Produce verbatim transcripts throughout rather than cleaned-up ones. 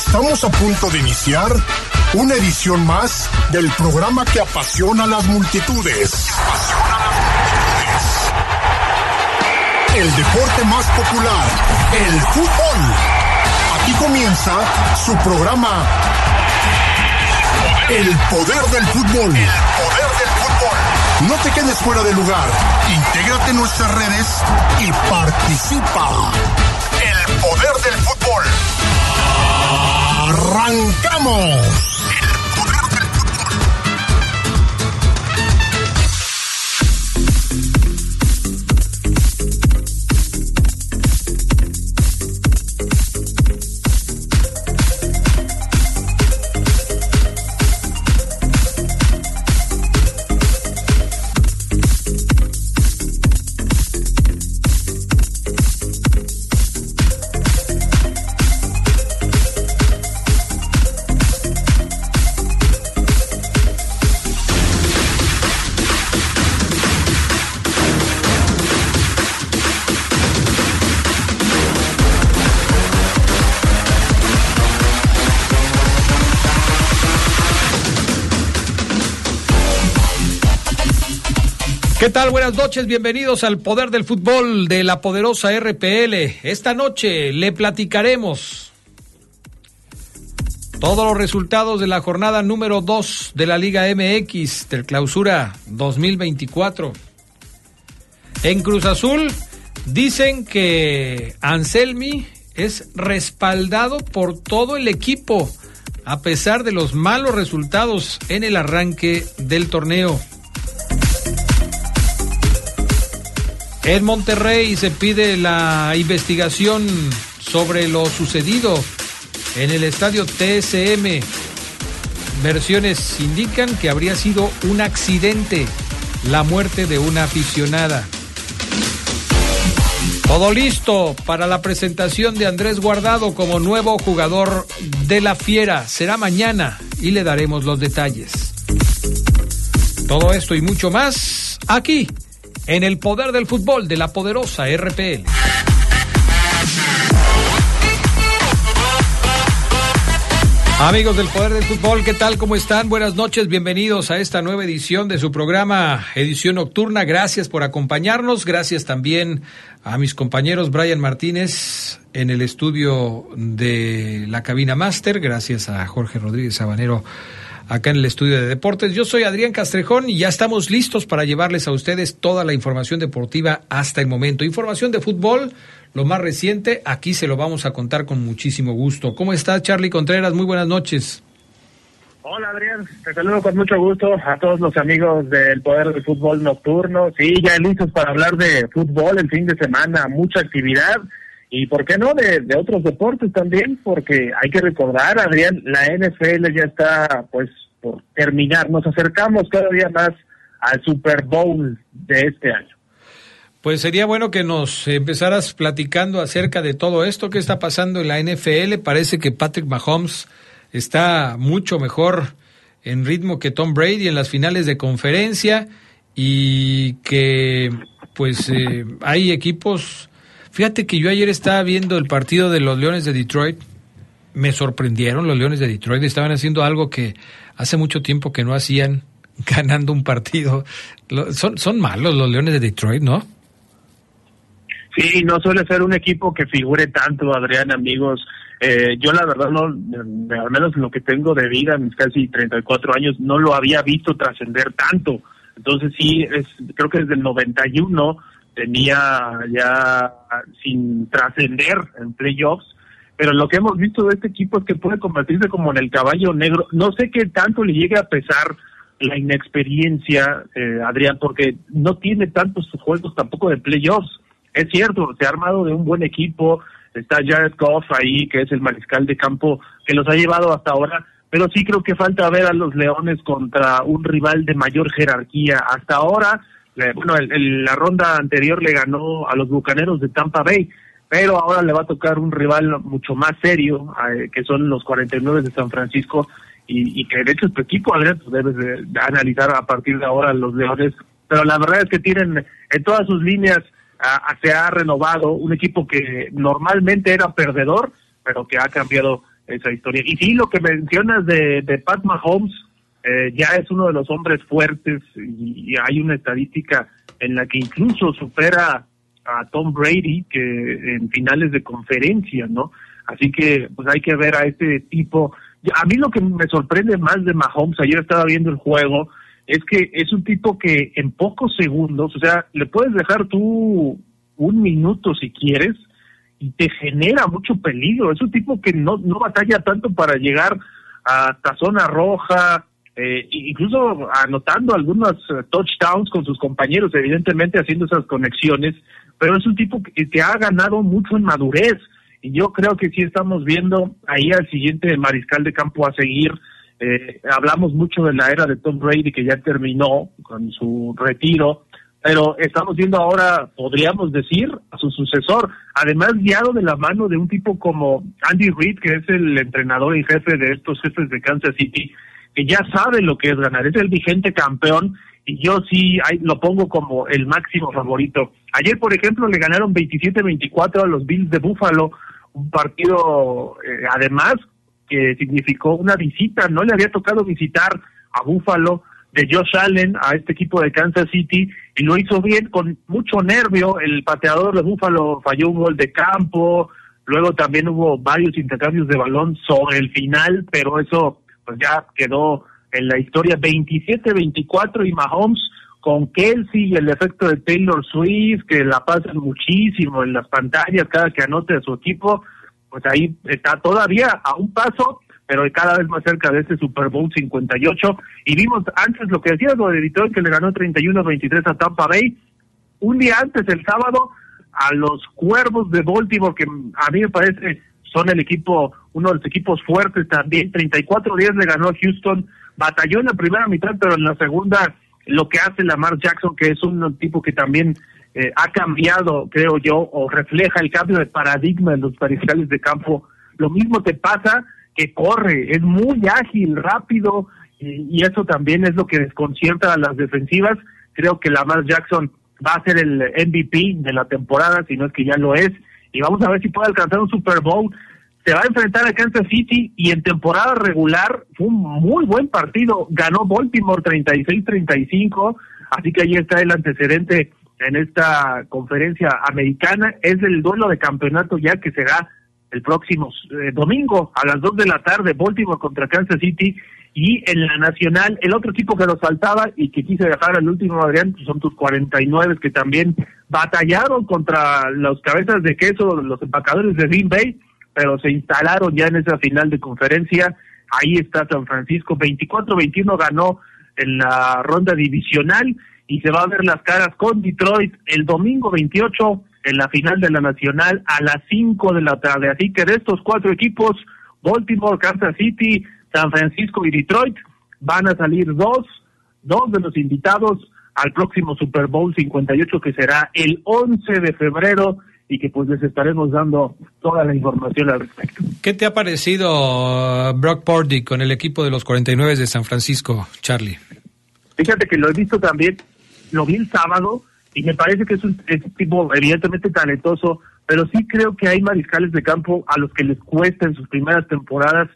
Estamos a punto de iniciar una edición más del programa que apasiona a las multitudes. El deporte más popular, el fútbol. Aquí comienza su programa, El Poder del Fútbol. El Poder del Fútbol. No te quedes fuera de lugar. Intégrate en nuestras redes y participa. El Poder del Fútbol. ¡Arrancamos! ¿Qué tal? Buenas noches, bienvenidos al Poder del Fútbol de la poderosa R P L. Esta noche le platicaremos todos los resultados de la jornada número dos de la Liga M X del Clausura dos mil veinticuatro. En Cruz Azul dicen que Anselmi es respaldado por todo el equipo, a pesar de los malos resultados en el arranque del torneo. En Monterrey se pide la investigación sobre lo sucedido en el estadio T S M. Versiones indican que habría sido un accidente, la muerte de una aficionada. Todo listo para la presentación de Andrés Guardado como nuevo jugador de la Fiera. Será mañana y le daremos los detalles. Todo esto y mucho más aquí, en el Poder del Fútbol de la poderosa R P L. Amigos del Poder del Fútbol, ¿qué tal? ¿Cómo están? Buenas noches, bienvenidos a esta nueva edición de su programa, edición nocturna. Gracias por acompañarnos, gracias también a mis compañeros Brian Martínez en el estudio de la cabina máster, gracias a Jorge Rodríguez Sabanero acá en el estudio de deportes. Yo soy Adrián Castrejón y ya estamos listos para llevarles a ustedes toda la información deportiva hasta el momento. Información de fútbol, lo más reciente, aquí se lo vamos a contar con muchísimo gusto. ¿Cómo está Charlie Contreras? Muy buenas noches. Hola Adrián, te saludo con mucho gusto a todos los amigos del Poder del Fútbol Nocturno. Sí, ya listos para hablar de fútbol el fin de semana, mucha actividad. Y por qué no, de, de otros deportes también, porque hay que recordar, Adrián, la N F L ya está, pues, por terminar. Nos acercamos cada día más al Super Bowl de este año. Pues sería bueno que nos empezaras platicando acerca de todo esto que está pasando en la N F L. Parece que Patrick Mahomes está mucho mejor en ritmo que Tom Brady en las finales de conferencia y que, pues, eh, hay equipos. Fíjate que yo ayer estaba viendo el partido de los Leones de Detroit. Me sorprendieron los Leones de Detroit. Estaban haciendo algo que hace mucho tiempo que no hacían, ganando un partido. Son, son malos los Leones de Detroit, ¿no? Sí, no suele ser un equipo que figure tanto, Adrián, amigos. Eh, yo la verdad, no, al menos lo que tengo de vida, mis casi treinta y cuatro años, no lo había visto trascender tanto. Entonces sí, es, creo que desde el noventa y uno tenía ya sin trascender en playoffs, pero lo que hemos visto de este equipo es que puede convertirse como en el caballo negro. No sé qué tanto le llegue a pesar la inexperiencia, eh, Adrián, porque no tiene tantos juegos tampoco de playoffs. Es cierto, se ha armado de un buen equipo, está Jared Goff ahí, que es el mariscal de campo que los ha llevado hasta ahora, pero sí creo que falta ver a los Leones contra un rival de mayor jerarquía. Hasta ahora, bueno, el, el, la ronda anterior le ganó a los Bucaneros de Tampa Bay, pero ahora le va a tocar un rival mucho más serio, eh, que son los cuarenta y nueve de San Francisco, y, y que de hecho tu equipo, Adrián, pues debes de, de analizar a partir de ahora los Leones, pero la verdad es que tienen en todas sus líneas, a, a, se ha renovado un equipo que normalmente era perdedor, pero que ha cambiado esa historia. Y sí, lo que mencionas de, de Pat Mahomes, eh, ya es uno de los hombres fuertes, y, y hay una estadística en la que incluso supera a Tom Brady, que en finales de conferencia, ¿no? Así que pues hay que ver a este tipo. A mí lo que me sorprende más de Mahomes, ayer estaba viendo el juego, es que es un tipo que en pocos segundos, o sea, le puedes dejar tú un minuto si quieres, y te genera mucho peligro. Es un tipo que no, no batalla tanto para llegar hasta zona roja, eh, incluso anotando algunos uh, touchdowns con sus compañeros, evidentemente haciendo esas conexiones, pero es un tipo que, que ha ganado mucho en madurez, y yo creo que sí estamos viendo ahí al siguiente mariscal de campo a seguir. Eh, hablamos mucho de la era de Tom Brady, que ya terminó con su retiro, pero estamos viendo ahora, podríamos decir, a su sucesor, además guiado de la mano de un tipo como Andy Reid, que es el entrenador y jefe de estos Jefes de Kansas City, que ya sabe lo que es ganar, es el vigente campeón, y yo sí ahí lo pongo como el máximo favorito. Ayer, por ejemplo, le ganaron veintisiete veinticuatro a los Bills de Buffalo, un partido, eh, además, que significó una visita, no le había tocado visitar a Buffalo, de Josh Allen a este equipo de Kansas City, y lo hizo bien, con mucho nervio. El pateador de Buffalo falló un gol de campo, luego también hubo varios intercambios de balón sobre el final, pero eso pues ya quedó en la historia. Veintisiete veinticuatro, y Mahomes con Kelsey y el efecto de Taylor Swift, que la pasan muchísimo en las pantallas cada que anote a su equipo, pues ahí está todavía a un paso, pero cada vez más cerca de este Super Bowl cincuenta y ocho. Y vimos antes lo que decías, lo de Detroit, que le ganó treinta y uno veintitrés a Tampa Bay. Un día antes, el sábado, a los Cuervos de Baltimore, que a mí me parece son el equipo, uno de los equipos fuertes también. Treinta y cuatro diez le ganó a Houston. Batalló en la primera mitad, pero en la segunda, lo que hace Lamar Jackson, que es un tipo que también eh, ha cambiado, creo yo, o refleja el cambio de paradigma en los mariscales de campo. Lo mismo te pasa, que corre, es muy ágil, rápido, y, y eso también es lo que desconcierta a las defensivas. Creo que Lamar Jackson va a ser el M V P de la temporada, si no es que ya lo es, y vamos a ver si puede alcanzar un Super Bowl. Se va a enfrentar a Kansas City, y en temporada regular fue un muy buen partido. Ganó Baltimore treinta y seis treinta y cinco, así que ahí está el antecedente en esta conferencia americana. Es el duelo de campeonato ya que será el próximo eh, domingo a las dos de la tarde, Baltimore contra Kansas City. Y en la nacional, el otro equipo que nos faltaba y que quise dejar al último, Adrián, pues son tus cuarenta y nueve, que también batallaron contra los cabezas de queso, los empacadores de Green Bay, pero se instalaron ya en esa final de conferencia. Ahí está San Francisco, veinticuatro veintiuno ganó en la ronda divisional, y se va a ver las caras con Detroit el domingo veintiocho en la final de la nacional a las cinco de la tarde. Así que de estos cuatro equipos, Baltimore, Kansas City, San Francisco y Detroit, van a salir dos, dos de los invitados al próximo Super Bowl cincuenta y ocho, que será el once de febrero, y que pues les estaremos dando toda la información al respecto. ¿Qué te ha parecido uh, Brock Purdy con el equipo de los cuarenta y nueve de San Francisco, Charlie? Fíjate que lo he visto también, lo vi el sábado, y me parece que es un, es un tipo evidentemente talentoso, pero sí creo que hay mariscales de campo a los que les cuesta en sus primeras temporadas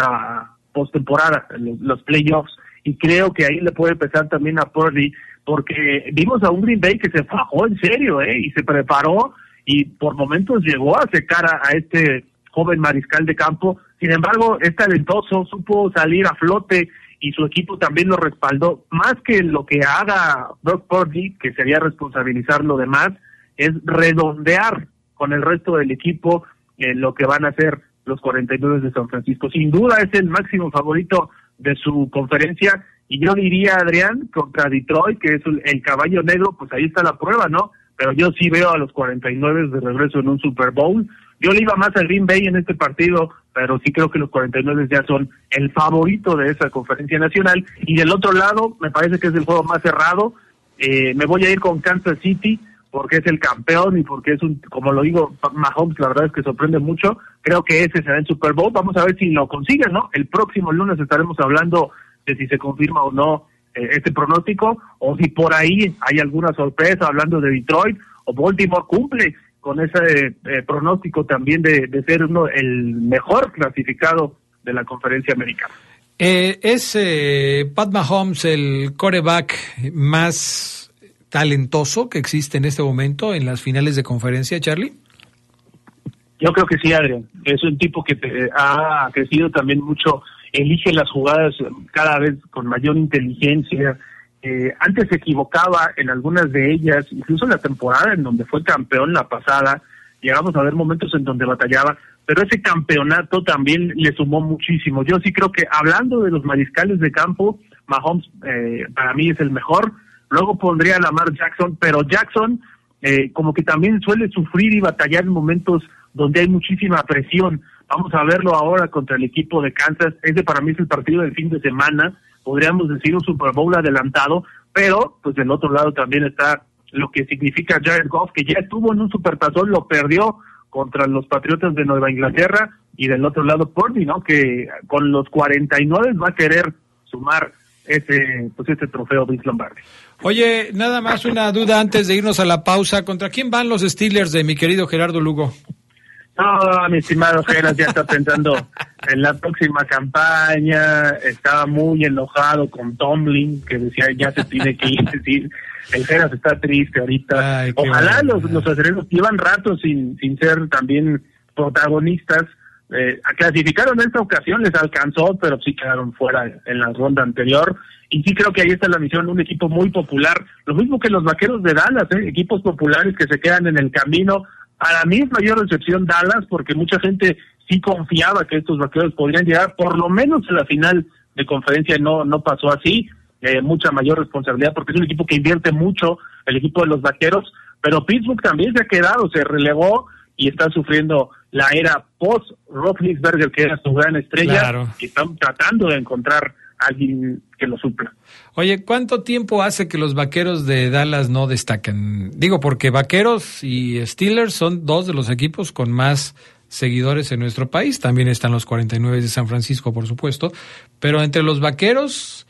la postemporada, los, los playoffs, y creo que ahí le puede pesar también a Purdy, porque vimos a un Green Bay que se fajó en serio, eh, y se preparó, y por momentos llegó a secar a, a este joven mariscal de campo. Sin embargo, es talentoso, supo salir a flote, y su equipo también lo respaldó. Más que lo que haga Brock Purdy, que sería responsabilizar lo demás, es redondear con el resto del equipo eh, lo que van a hacer los cuarenta y nueve de San Francisco. Sin duda es el máximo favorito de su conferencia, y yo diría, Adrián, contra Detroit, que es el caballo negro, pues ahí está la prueba, ¿no? Pero yo sí veo a los cuarenta y nueve de regreso en un Super Bowl. Yo le iba más a Green Bay en este partido, pero sí creo que los cuarenta y nueve ya son el favorito de esa conferencia nacional. Y del otro lado, me parece que es el juego más cerrado. Eh, me voy a ir con Kansas City, porque es el campeón y porque es un, como lo digo, Mahomes la verdad es que sorprende mucho. Creo que ese será el Super Bowl. Vamos a ver si lo consiguen, ¿no? El próximo lunes estaremos hablando de si se confirma o no eh, este pronóstico, o si por ahí hay alguna sorpresa hablando de Detroit, o Baltimore cumple con ese eh, pronóstico también de, de ser uno el mejor clasificado de la conferencia americana. Eh, ¿Es eh, Pat Mahomes el quarterback más talentoso que existe en este momento en las finales de conferencia, Charlie? Yo creo que sí, Adrián. Es un tipo que te, ha crecido también mucho, elige las jugadas cada vez con mayor inteligencia. Eh, antes se equivocaba en algunas de ellas, incluso en la temporada en donde fue campeón la pasada, llegamos a ver momentos en donde batallaba, pero ese campeonato también le sumó muchísimo. Yo sí creo que, hablando de los mariscales de campo, Mahomes eh, para mí es el mejor. Luego pondría a Lamar Jackson, pero Jackson eh, como que también suele sufrir y batallar en momentos donde hay muchísima presión. Vamos a verlo ahora contra el equipo de Kansas. Ese para mí es el partido del fin de semana, podríamos decir un Super Bowl adelantado, pero pues del otro lado también está lo que significa Jared Goff, que ya estuvo en un supertazón, lo perdió contra los Patriotas de Nueva Inglaterra, y del otro lado Purdy, ¿no? Que con los cuarenta y nueve va a querer sumar ese pues ese trofeo Vince Lombardi. Oye, nada más una duda antes de irnos a la pausa. ¿Contra quién van los Steelers de mi querido Gerardo Lugo? No, mi estimado Geras ya está pensando en la próxima campaña. Estaba muy enojado con Tomlin, que decía ya se tiene que ir. Decir, el Geras está triste ahorita. Ay, ojalá bueno, los, los aceleros llevan rato sin, sin ser también protagonistas. Eh, clasificaron en esta ocasión, les alcanzó, pero sí quedaron fuera en la ronda anterior. Y sí creo que ahí está la misión, un equipo muy popular. Lo mismo que los Vaqueros de Dallas, ¿eh? Equipos populares que se quedan en el camino. Para mí es mayor recepción Dallas, porque mucha gente sí confiaba que estos Vaqueros podrían llegar por lo menos a la final de conferencia, y no, no pasó así. Eh, mucha mayor responsabilidad, porque es un equipo que invierte mucho, el equipo de los Vaqueros, pero Pittsburgh también se ha quedado, se relegó y está sufriendo la era post-Roethlisberger, que era su gran estrella, claro. Y están tratando de encontrar a alguien que lo supla. Oye, ¿cuánto tiempo hace que los Vaqueros de Dallas no destacan? Digo, porque Vaqueros y Steelers son dos de los equipos con más seguidores en nuestro país. También están los cuarenta y nueve de San Francisco, por supuesto. Pero entre los Vaqueros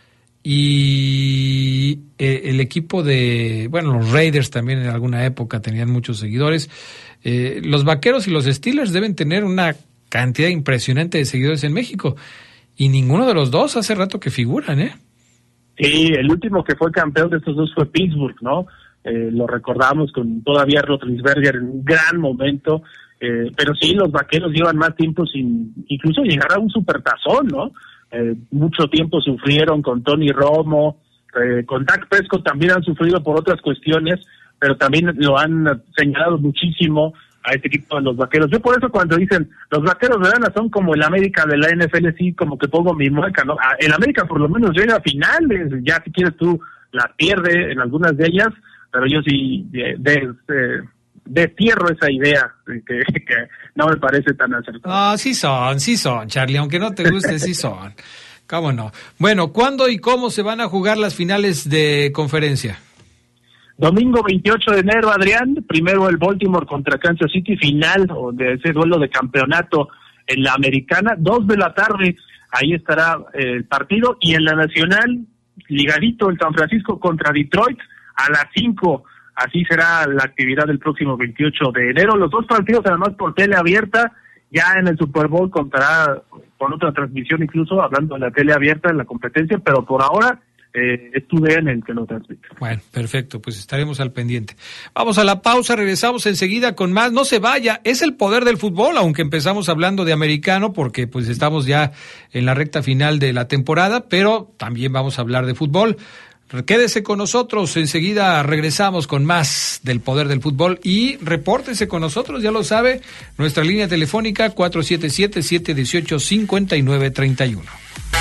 y eh, el equipo de... Bueno, los Raiders también en alguna época tenían muchos seguidores. Eh, los Vaqueros y los Steelers deben tener una cantidad impresionante de seguidores en México. Y ninguno de los dos hace rato que figuran, ¿eh? Sí, el último que fue campeón de estos dos fue Pittsburgh, ¿no? Eh, lo recordamos con todavía Roethlisberger en un gran momento, eh, pero sí, los Vaqueros llevan más tiempo sin incluso llegar a un supertazón, ¿no? Eh, mucho tiempo sufrieron con Tony Romo, eh, con Dak Prescott también han sufrido por otras cuestiones, pero también lo han señalado muchísimo a este equipo de los Vaqueros. Yo por eso cuando dicen los Vaqueros de Dallas son como el América de la N F L, sí, como que pongo mi mueca, ¿no? El América por lo menos llega a finales, ya si quieres tú la pierde en algunas de ellas, pero yo sí de, de, de, destierro esa idea que, que no me parece tan acertada. Ah, sí son, sí son, Charlie, aunque no te guste, sí son. ¿Cómo no? Bueno, ¿cuándo y cómo se van a jugar las finales de conferencia? Domingo veintiocho de enero, Adrián, primero el Baltimore contra Kansas City, final o de ese duelo de campeonato en la americana, dos de la tarde, ahí estará eh, el partido, y en la nacional, ligadito el San Francisco contra Detroit, a las cinco, así será la actividad del próximo veintiocho de enero, los dos partidos además por tele abierta, ya en el Super Bowl contará con otra transmisión incluso, hablando de la tele abierta en la competencia, pero por ahora Eh, es tu D N el que lo transmite. Bueno, perfecto, pues estaremos al pendiente. Vamos a la pausa, regresamos enseguida con más. No se vaya, es el poder del fútbol, aunque empezamos hablando de americano, porque pues estamos ya en la recta final de la temporada, pero también vamos a hablar de fútbol. Quédese con nosotros, enseguida regresamos con más del poder del fútbol y repórtese con nosotros, ya lo sabe, nuestra línea telefónica cuatro siete siete, siete uno ocho, cinco nueve tres uno.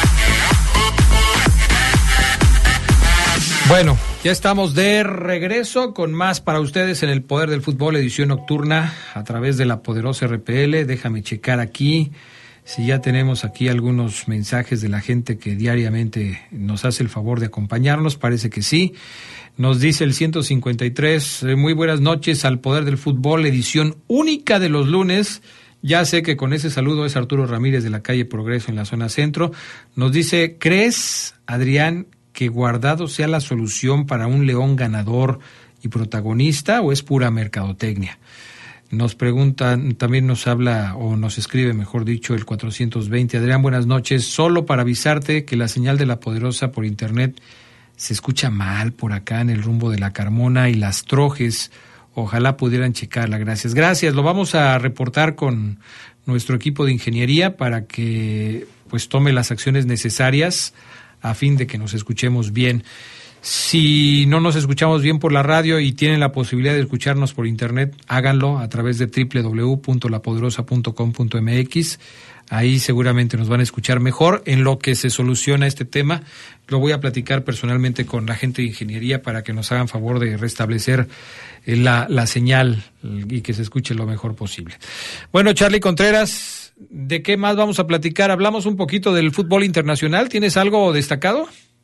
Bueno, ya estamos de regreso con más para ustedes en el Poder del Fútbol, edición nocturna a través de la poderosa R P L. Déjame checar aquí si ya tenemos aquí algunos mensajes de la gente que diariamente nos hace el favor de acompañarnos. Parece que sí. Nos dice el ciento cincuenta y tres, eh, muy buenas noches al Poder del Fútbol, edición única de los lunes. Ya sé que con ese saludo es Arturo Ramírez de la calle Progreso en la zona centro. Nos dice, ¿crees, Adrián, que Guardado sea la solución para un León ganador y protagonista o es pura mercadotecnia? Nos preguntan, también nos habla, o nos escribe, mejor dicho, el cuatrocientos veinte. Adrián, buenas noches. Solo para avisarte que la señal de La Poderosa por internet se escucha mal por acá en el rumbo de La Carmona y Las Trojes. Ojalá pudieran checarla. Gracias. Gracias. Lo vamos a reportar con nuestro equipo de ingeniería para que pues tome las acciones necesarias a fin de que nos escuchemos bien. Si no nos escuchamos bien por la radio y tienen la posibilidad de escucharnos por internet, háganlo a través de doble u doble u doble u punto la poderosa punto com punto m x. Ahí seguramente nos van a escuchar mejor. En lo que se soluciona este tema, lo voy a platicar personalmente con la gente de ingeniería para que nos hagan favor de restablecer la, la señal y que se escuche lo mejor posible. Bueno, Charlie Contreras, ¿de qué más vamos a platicar? Hablamos un poquito del fútbol internacional. ¿Tienes algo destacado?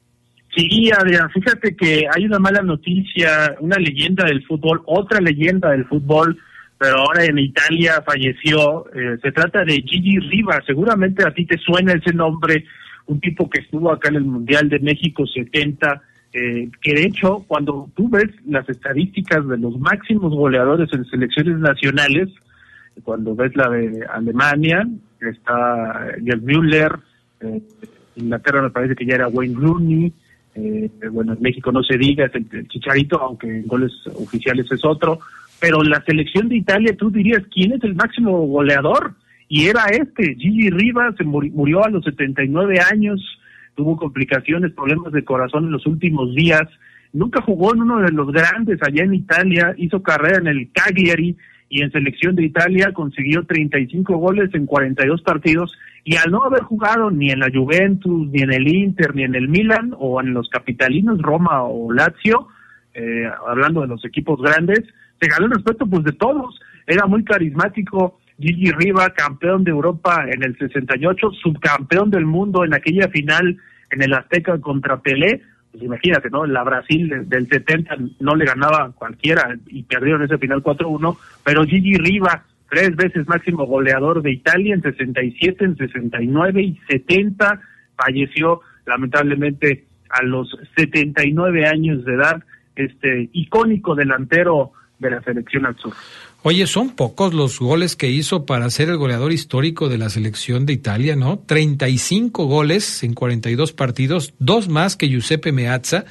Sí, Adrián, fíjate que hay una mala noticia, una leyenda del fútbol, otra leyenda del fútbol, pero ahora en Italia falleció. Eh, se trata de Gigi Riva. Seguramente a ti te suena ese nombre, un tipo que estuvo acá en el Mundial de México setenta, eh, que de hecho, cuando tú ves las estadísticas de los máximos goleadores en selecciones nacionales, cuando ves la de Alemania, está Gerd Müller, eh, Inglaterra me parece que ya era Wayne Rooney, Eh, bueno, en México no se diga, es el, el Chicharito, aunque en goles oficiales es otro, pero en la selección de Italia tú dirías, ¿quién es el máximo goleador? Y era este, Gigi Riva, se muri, murió a los setenta y nueve años, tuvo complicaciones, problemas de corazón en los últimos días, nunca jugó en uno de los grandes allá en Italia, hizo carrera en el Cagliari, y en selección de Italia consiguió treinta y cinco goles en cuarenta y dos partidos, y al no haber jugado ni en la Juventus, ni en el Inter, ni en el Milan, o en los capitalinos, Roma o Lazio, eh, hablando de los equipos grandes, se ganó el respeto pues de todos. Era muy carismático Gigi Riva, campeón de Europa en el sesenta y ocho, subcampeón del mundo en aquella final en el Azteca contra Pelé. Pues imagínate, ¿no? La Brasil del setenta no le ganaba a cualquiera y perdieron ese final cuatro uno, pero Gigi Riva, tres veces máximo goleador de Italia en sesenta y siete, en sesenta y nueve y setenta, falleció lamentablemente a los setenta y nueve años de edad, este icónico delantero de la selección azul. Oye, son pocos los goles que hizo para ser el goleador histórico de la selección de Italia, ¿no? treinta y cinco goles en cuarenta y dos partidos, dos más que Giuseppe Meazza,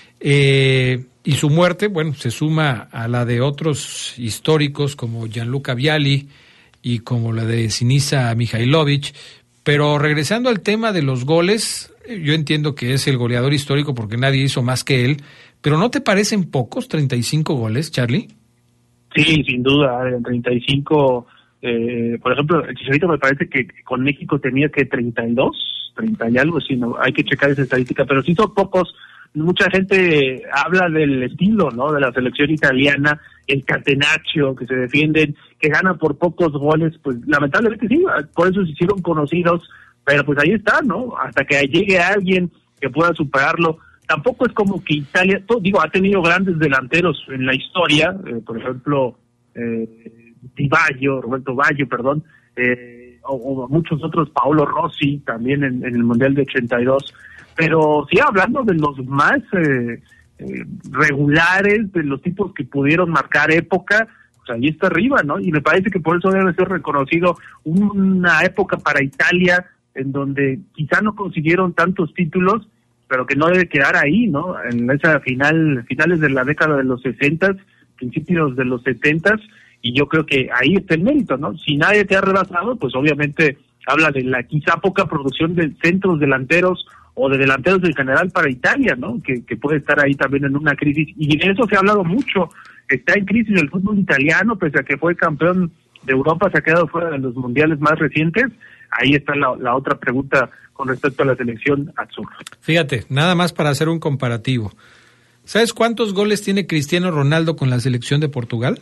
eh, y su muerte, bueno, se suma a la de otros históricos como Gianluca Vialli y como la de Sinisa Mihajlovic. Pero regresando al tema de los goles, yo entiendo que es el goleador histórico porque nadie hizo más que él, pero ¿no te parecen pocos treinta y cinco goles, Charlie? Sí, sin duda, en treinta y cinco, eh, por ejemplo, el Chicharito me parece que con México tenía que treinta y dos, treinta y algo, sí, no, hay que checar esa estadística, pero sí son pocos. Mucha gente habla del estilo, ¿no?, de la selección italiana, el catenaccio, que se defienden, que ganan por pocos goles, pues lamentablemente sí, por eso se hicieron conocidos, pero pues ahí está, ¿no?, hasta que llegue alguien que pueda superarlo. Tampoco es como que Italia, todo, digo, ha tenido grandes delanteros en la historia, eh, por ejemplo, eh, Di Baggio, Roberto Baggio, perdón, eh, o, o muchos otros, Paolo Rossi, también en, en el Mundial de ochenta y dos, pero sí hablando de los más eh, eh, regulares, de los tipos que pudieron marcar época, pues ahí está arriba, ¿no? Y me parece que por eso debe ser reconocido una época para Italia en donde quizá no consiguieron tantos títulos, pero que no debe quedar ahí, ¿no? En esa final, finales de la década de los sesentas, principios de los setentas, y yo creo que ahí está el mérito, ¿no? Si nadie te ha rebasado, pues obviamente habla de la quizá poca producción de centros delanteros o de delanteros en general para Italia, ¿no? Que, que puede estar ahí también en una crisis, y de eso se ha hablado mucho. Está en crisis el fútbol italiano, pese a que fue campeón de Europa, se ha quedado fuera de los mundiales más recientes. Ahí está la, la otra pregunta con respecto a la selección azul. Fíjate, nada más para hacer un comparativo. ¿Sabes cuántos goles tiene Cristiano Ronaldo con la selección de Portugal?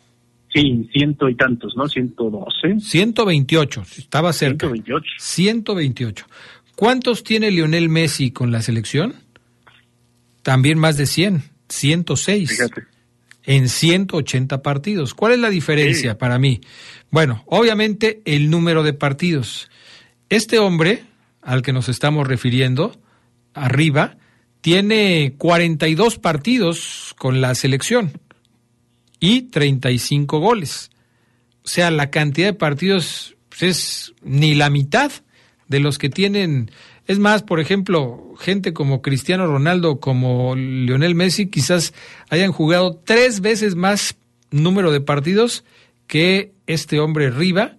Sí, ciento y tantos, ¿no? ciento doce. ciento veintiocho, estaba cerca. ciento veintiocho. ciento veintiocho. ¿Cuántos tiene Lionel Messi con la selección? También más de cien, ciento seis. Fíjate. En ciento ochenta partidos. ¿Cuál es la diferencia sí. para mí? Bueno, obviamente el número de partidos. Este hombre al que nos estamos refiriendo, arriba, tiene cuarenta y dos partidos con la selección y treinta y cinco goles. o sea, la cantidad de partidos pues, es ni la mitad de los que tienen. Es más, por ejemplo, gente como Cristiano Ronaldo, como Lionel Messi, quizás hayan jugado tres veces más número de partidos que este hombre Riva,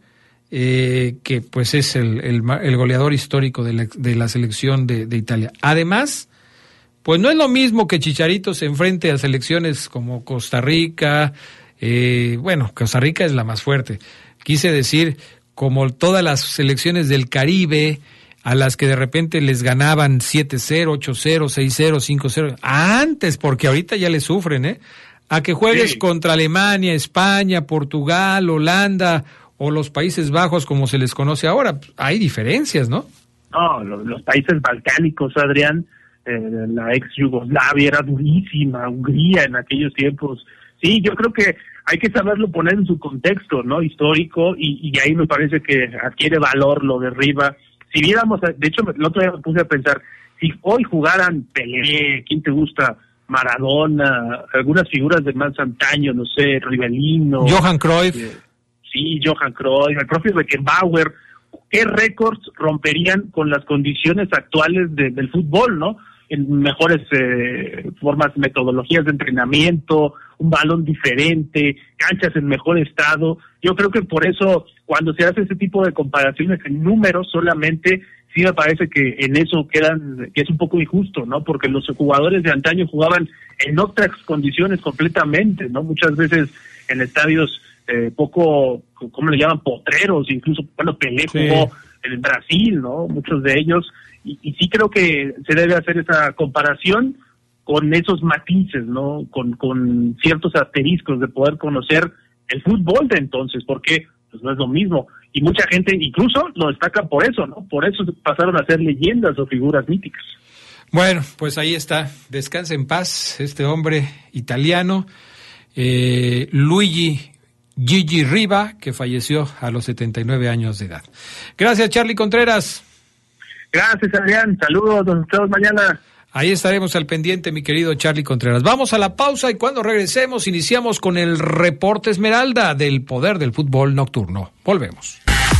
eh, que pues es el, el, el goleador histórico de la, de la selección de, de Italia. Además, pues no es lo mismo que Chicharito se enfrente a selecciones como Costa Rica, eh, bueno, Costa Rica es la más fuerte, quise decir, como todas las selecciones del Caribe, a las que de repente les ganaban siete cero, ocho cero, seis cero, cinco cero, antes, porque ahorita ya le sufren, ¿eh? A que juegues sí. contra Alemania, España, Portugal, Holanda o los Países Bajos, como se les conoce ahora, hay diferencias, ¿no? No, los, los países balcánicos, Adrián, eh, la ex Yugoslavia era durísima, Hungría en aquellos tiempos. Sí, yo creo que hay que saberlo poner en su contexto, ¿no? Histórico, y, y ahí me parece que adquiere valor lo de Riva. Si viéramos, de hecho, el otro día me puse a pensar, si hoy jugaran Pelé, ¿quién te gusta? Maradona, algunas figuras de más antaño, no sé, Rivelino. Johan Cruyff. Eh, sí, Johan Cruyff, el propio Beckenbauer. ¿Qué récords romperían con las condiciones actuales de, del fútbol, no? En mejores eh, formas, metodologías de entrenamiento, un balón diferente, canchas en mejor estado. Yo creo que por eso, cuando se hace ese tipo de comparaciones en números solamente, sí me parece que en eso quedan, que es un poco injusto, ¿no? Porque los jugadores de antaño jugaban en otras condiciones completamente, ¿no? Muchas veces en estadios eh, poco, ¿cómo le llaman? Potreros, incluso cuando Pelé sí. jugó en Brasil, ¿no? Muchos de ellos, y, y sí creo que se debe hacer esa comparación con esos matices, ¿no? Con, con ciertos asteriscos de poder conocer el fútbol de entonces, porque pues no es lo mismo. Y mucha gente incluso lo destaca por eso, ¿no? Por eso pasaron a ser leyendas o figuras míticas. Bueno, pues ahí está. Descansa en paz este hombre italiano, eh, Luigi Gigi Riva, que falleció a los setenta y nueve años de edad. Gracias, Charlie Contreras. Gracias, Adrián. Saludos, nos vemos mañana. Ahí estaremos al pendiente, mi querido Charlie Contreras. Vamos a la pausa y cuando regresemos iniciamos con el reporte Esmeralda del poder del fútbol nocturno. Volvemos.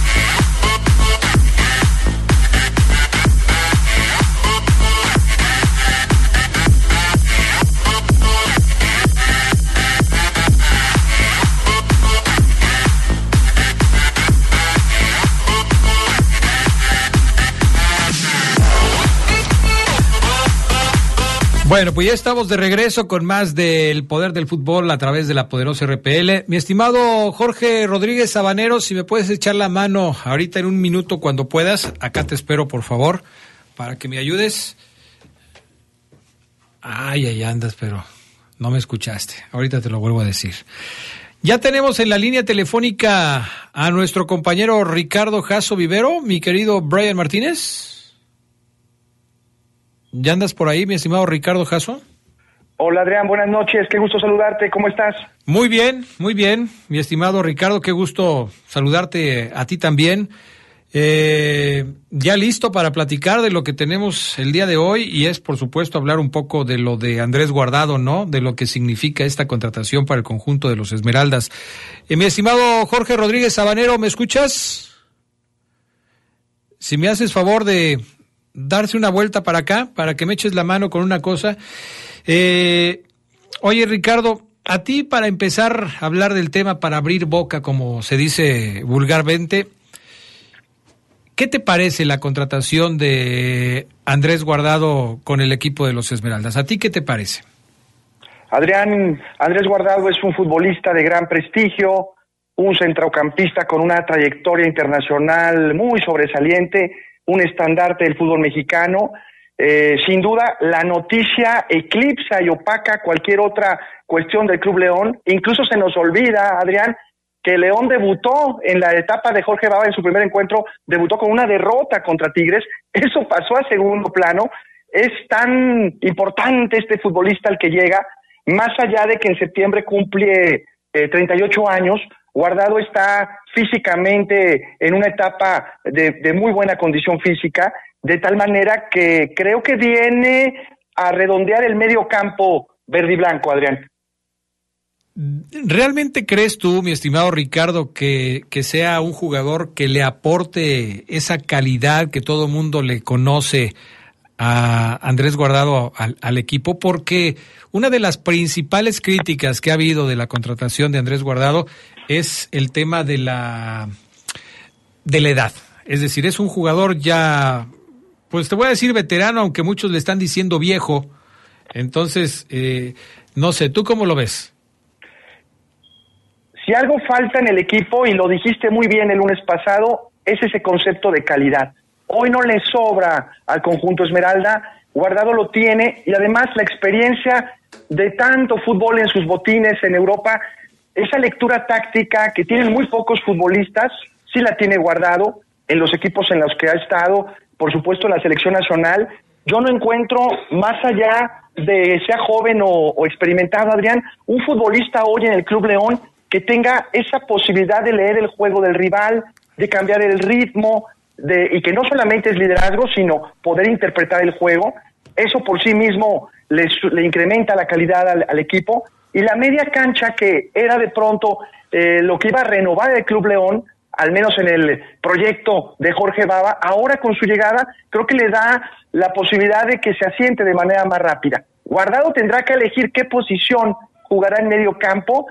Bueno, pues ya estamos de regreso con más del poder del fútbol a través de la poderosa R P L. Mi estimado Jorge Rodríguez Sabanero, si me puedes echar la mano ahorita en un minuto cuando puedas, acá te espero por favor, para que me ayudes. Ay, ahí andas, pero no me escuchaste. Ahorita te lo vuelvo a decir. Ya tenemos en la línea telefónica a nuestro compañero Ricardo Jasso Vivero, mi querido Brian Martínez. ¿Ya andas por ahí, mi estimado Ricardo Jasso? Hola, Adrián, buenas noches, qué gusto saludarte, ¿cómo estás? Muy bien, muy bien, mi estimado Ricardo, qué gusto saludarte a ti también. Eh, ya listo para platicar de lo que tenemos el día de hoy y es, por supuesto, hablar un poco de lo de Andrés Guardado, ¿no? De lo que significa esta contratación para el conjunto de los Esmeraldas. Eh, mi estimado Jorge Rodríguez Sabanero, ¿me escuchas? Si me haces favor de darse una vuelta para acá, para que me eches la mano con una cosa. Eh, oye, Ricardo, a ti para empezar a hablar del tema, para abrir boca, como se dice vulgarmente, ¿qué te parece la contratación de Andrés Guardado con el equipo de los Esmeraldas? ¿A ti qué te parece? Adrián, Andrés Guardado es un futbolista de gran prestigio, un centrocampista con una trayectoria internacional muy sobresaliente, un estandarte del fútbol mexicano. Eh, sin duda, la noticia eclipsa y opaca cualquier otra cuestión del Club León. Incluso se nos olvida, Adrián, que León debutó en la etapa de Jorge Baba en su primer encuentro, debutó con una derrota contra Tigres. Eso pasó a segundo plano. Es tan importante este futbolista al que llega, más allá de que en septiembre cumple eh, treinta y ocho años, Guardado está físicamente en una etapa de, de muy buena condición física, de tal manera que creo que viene a redondear el medio campo verde y blanco, Adrián. ¿realmente crees tú, mi estimado Ricardo, que, que sea un jugador que le aporte esa calidad que todo mundo le conoce a Andrés Guardado al, al equipo? Porque una de las principales críticas que ha habido de la contratación de Andrés Guardado es el tema de la de la edad. Es decir, es un jugador ya, pues te voy a decir veterano, aunque muchos le están diciendo viejo. Entonces, eh, no sé, ¿tú cómo lo ves? Si algo falta en el equipo, y lo dijiste muy bien el lunes pasado, es ese concepto de calidad. Hoy no le sobra al conjunto Esmeralda, Guardado lo tiene, y además la experiencia de tanto fútbol en sus botines en Europa, esa lectura táctica que tienen muy pocos futbolistas, sí la tiene Guardado en los equipos en los que ha estado, por supuesto en la selección nacional. Yo no encuentro, más allá de sea joven o, o experimentado, Adrián, un futbolista hoy en el Club León que tenga esa posibilidad de leer el juego del rival, de cambiar el ritmo, de, y que no solamente es liderazgo, sino poder interpretar el juego. Eso por sí mismo le, le incrementa la calidad al, al equipo. Y la media cancha, que era de pronto eh, lo que iba a renovar el Club León, al menos en el proyecto de Jorge Baba, ahora con su llegada, creo que le da la posibilidad de que se asiente de manera más rápida. Guardado tendrá que elegir qué posición jugará en medio campo,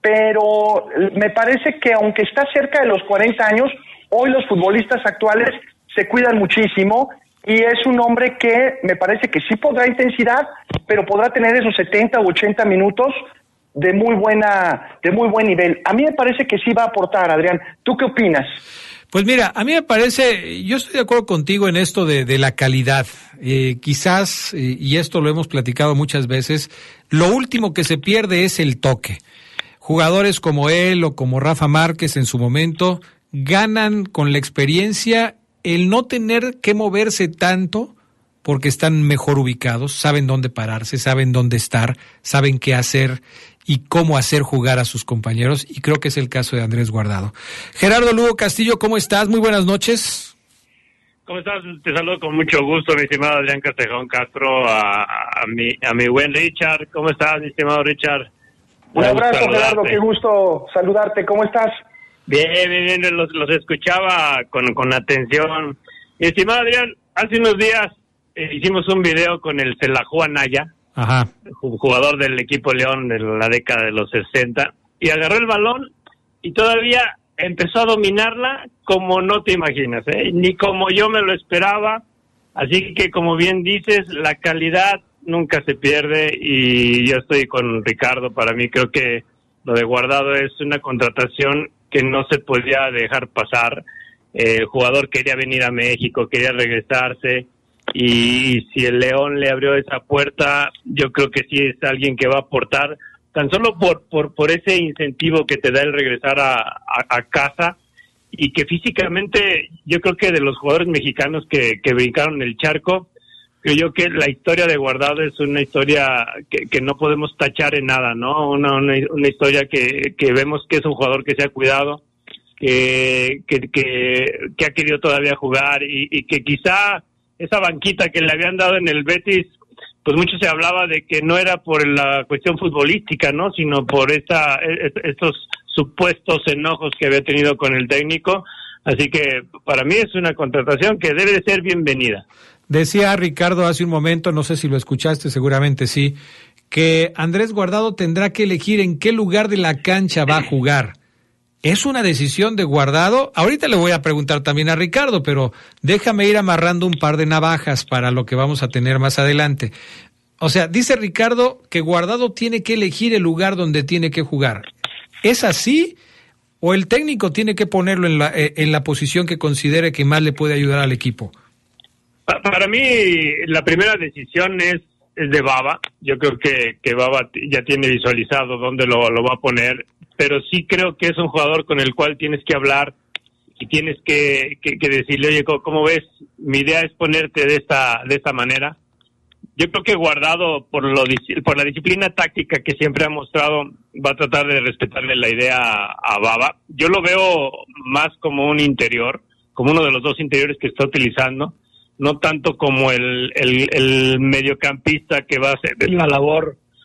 pero me parece que aunque está cerca de los cuarenta años, hoy los futbolistas actuales se cuidan muchísimo, y es un hombre que me parece que sí podrá intensidad, pero podrá tener esos setenta u ochenta minutos de muy buena, de muy buen nivel. A mí me parece que sí va a aportar, Adrián. ¿Tú qué opinas? Pues mira, a mí me parece, yo estoy de acuerdo contigo en esto de, de la calidad. Eh, quizás, eh, y esto lo hemos platicado muchas veces, lo último que se pierde es el toque. Jugadores como él o como Rafa Márquez en su momento ganan con la experiencia el no tener que moverse tanto porque están mejor ubicados, saben dónde pararse, saben dónde estar, saben qué hacer y cómo hacer jugar a sus compañeros, y creo que es el caso de Andrés Guardado. Gerardo Lugo Castillo, ¿cómo estás? Muy buenas noches. ¿Cómo estás? Te saludo con mucho gusto, mi estimado Adrián Castejón Castro, a, a, mi, a mi buen Richard. ¿Cómo estás, mi estimado Richard? Un abrazo, Gerardo, qué gusto saludarte. ¿Cómo estás? Bien, bien, bien, los, los escuchaba con, con atención. Mi estimado Adrián, hace unos días eh, hicimos un video con el Celajú Anaya, Ajá. jugador del equipo León de la década de los sesenta, y agarró el balón y todavía empezó a dominarla como no te imaginas, ¿eh? Ni como yo me lo esperaba. Así que, como bien dices, la calidad nunca se pierde, y yo estoy con Ricardo. Para mí creo que lo de Guardado es una contratación que no se podía dejar pasar. Eh, el jugador quería venir a México, quería regresarse, y si el León le abrió esa puerta, yo creo que sí es alguien que va a aportar, tan solo por por por ese incentivo que te da el regresar a, a, a casa, y que físicamente yo creo que de los jugadores mexicanos que, que brincaron el charco, creo yo que la historia de Guardado es una historia que, que no podemos tachar en nada, ¿no? Una, una, una historia que, que vemos que es un jugador que se ha cuidado, que que, que, que ha querido todavía jugar, y, y que quizá esa banquita que le habían dado en el Betis, pues mucho se hablaba de que no era por la cuestión futbolística, ¿no? Sino por esta, estos supuestos enojos que había tenido con el técnico. Así que para mí es una contratación que debe de ser bienvenida. Decía Ricardo hace un momento, no sé si lo escuchaste, seguramente sí, que Andrés Guardado tendrá que elegir en qué lugar de la cancha va a jugar. ¿Es una decisión de Guardado? Ahorita le voy a preguntar también a Ricardo, pero déjame ir amarrando un par de navajas para lo que vamos a tener más adelante. O sea, dice Ricardo que Guardado tiene que elegir el lugar donde tiene que jugar. ¿Es así? ¿O el técnico tiene que ponerlo en la, en la posición que considere que más le puede ayudar al equipo? Para mí, la primera decisión es, es de Baba. Yo creo que, que Baba ya tiene visualizado dónde lo, lo va a poner, pero sí creo que es un jugador con el cual tienes que hablar y tienes que, que, que decirle, oye, ¿cómo ves? Mi idea es ponerte de esta de esta manera. Yo creo que Guardado, por lo por la disciplina táctica que siempre ha mostrado, va a tratar de respetarle la idea a, a Baba. Yo lo veo más como un interior, como uno de los dos interiores que está utilizando, no tanto como el, el, el mediocampista que va a hacer la labor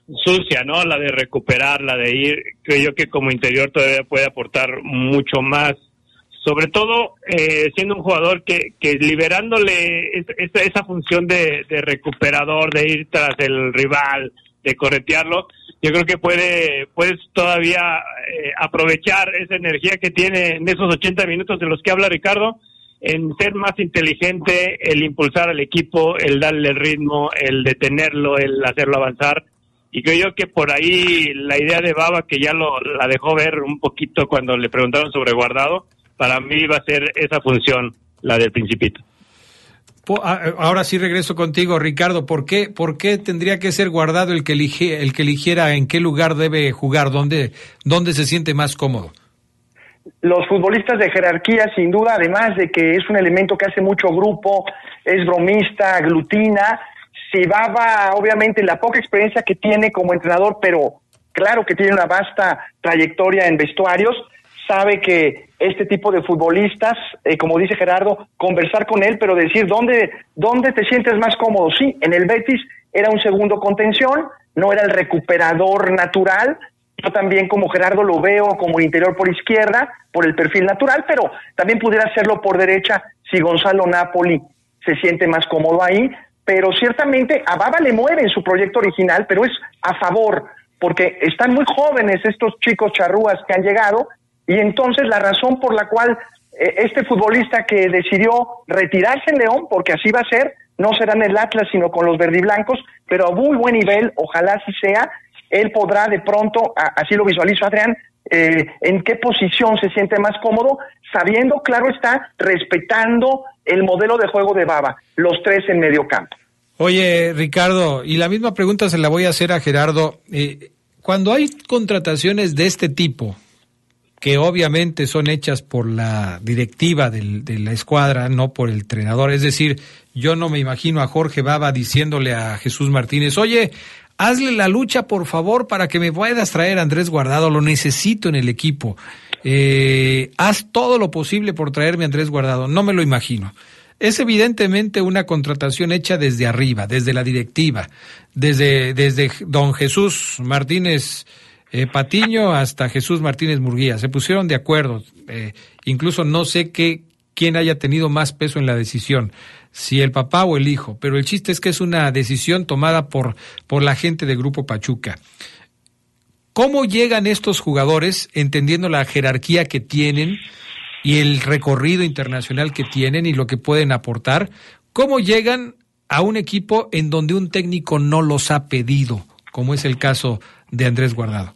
sucia, ¿no? La de recuperar, la de ir. Creo yo que como interior todavía puede aportar mucho más. Sobre todo eh, siendo un jugador que, que liberándole esa, esa función de, de recuperador, de ir tras el rival, de corretearlo, yo creo que puede puedes todavía eh, aprovechar esa energía que tiene en esos ochenta minutos de los que habla Ricardo, en ser más inteligente, el impulsar al equipo, el darle el ritmo, el detenerlo, el hacerlo avanzar. Y creo yo que por ahí la idea de Baba, que ya lo la dejó ver un poquito cuando le preguntaron sobre Guardado, para mí va a ser esa función, la del Principito. Ahora sí regreso contigo, Ricardo. ¿Por qué, por qué tendría que ser Guardado el que elige, el que eligiera en qué lugar debe jugar, dónde, dónde se siente más cómodo? Los futbolistas de jerarquía, sin duda, además de que es un elemento que hace mucho grupo, es bromista, aglutina. Si Baba, obviamente, la poca experiencia que tiene como entrenador, pero claro que tiene una vasta trayectoria en vestuarios, sabe que este tipo de futbolistas, eh, como dice Gerardo, conversar con él, pero decir, ¿dónde, ¿dónde te sientes más cómodo? Sí, en el Betis era un segundo contención, no era el recuperador natural. Yo también, como Gerardo, lo veo como interior por izquierda, por el perfil natural, pero también pudiera hacerlo por derecha si Gonzalo Napoli se siente más cómodo ahí. Pero ciertamente a Baba le mueve en su proyecto original, pero es a favor, porque están muy jóvenes estos chicos charrúas que han llegado. Y entonces la razón por la cual eh, este futbolista que decidió retirarse en León, porque así va a ser, no será en el Atlas sino con los verdiblancos, pero a muy buen nivel, ojalá así sea, él podrá de pronto, a, así lo visualizo Adrián, eh, en qué posición se siente más cómodo, sabiendo, claro está, respetando el modelo de juego de Baba, los tres en medio campo. Oye, Ricardo, y la misma pregunta se la voy a hacer a Gerardo. Eh, cuando hay contrataciones de este tipo, que obviamente son hechas por la directiva del, de la escuadra, no por el entrenador. Es decir, yo no me imagino a Jorge Baba diciéndole a Jesús Martínez, oye, hazle la lucha por favor para que me puedas traer a Andrés Guardado, lo necesito en el equipo. Eh, haz todo lo posible por traerme a Andrés Guardado. No me lo imagino. Es evidentemente una contratación hecha desde arriba, desde la directiva, desde, desde don Jesús Martínez Eh, Patiño hasta Jesús Martínez Murguía, se pusieron de acuerdo, eh, incluso no sé qué, quién haya tenido más peso en la decisión, si el papá o el hijo, pero el chiste es que es una decisión tomada por, por la gente de Grupo Pachuca. ¿Cómo llegan estos jugadores, entendiendo la jerarquía que tienen y el recorrido internacional que tienen y lo que pueden aportar? ¿Cómo llegan a un equipo en donde un técnico no los ha pedido, como es el caso de Andrés Guardado?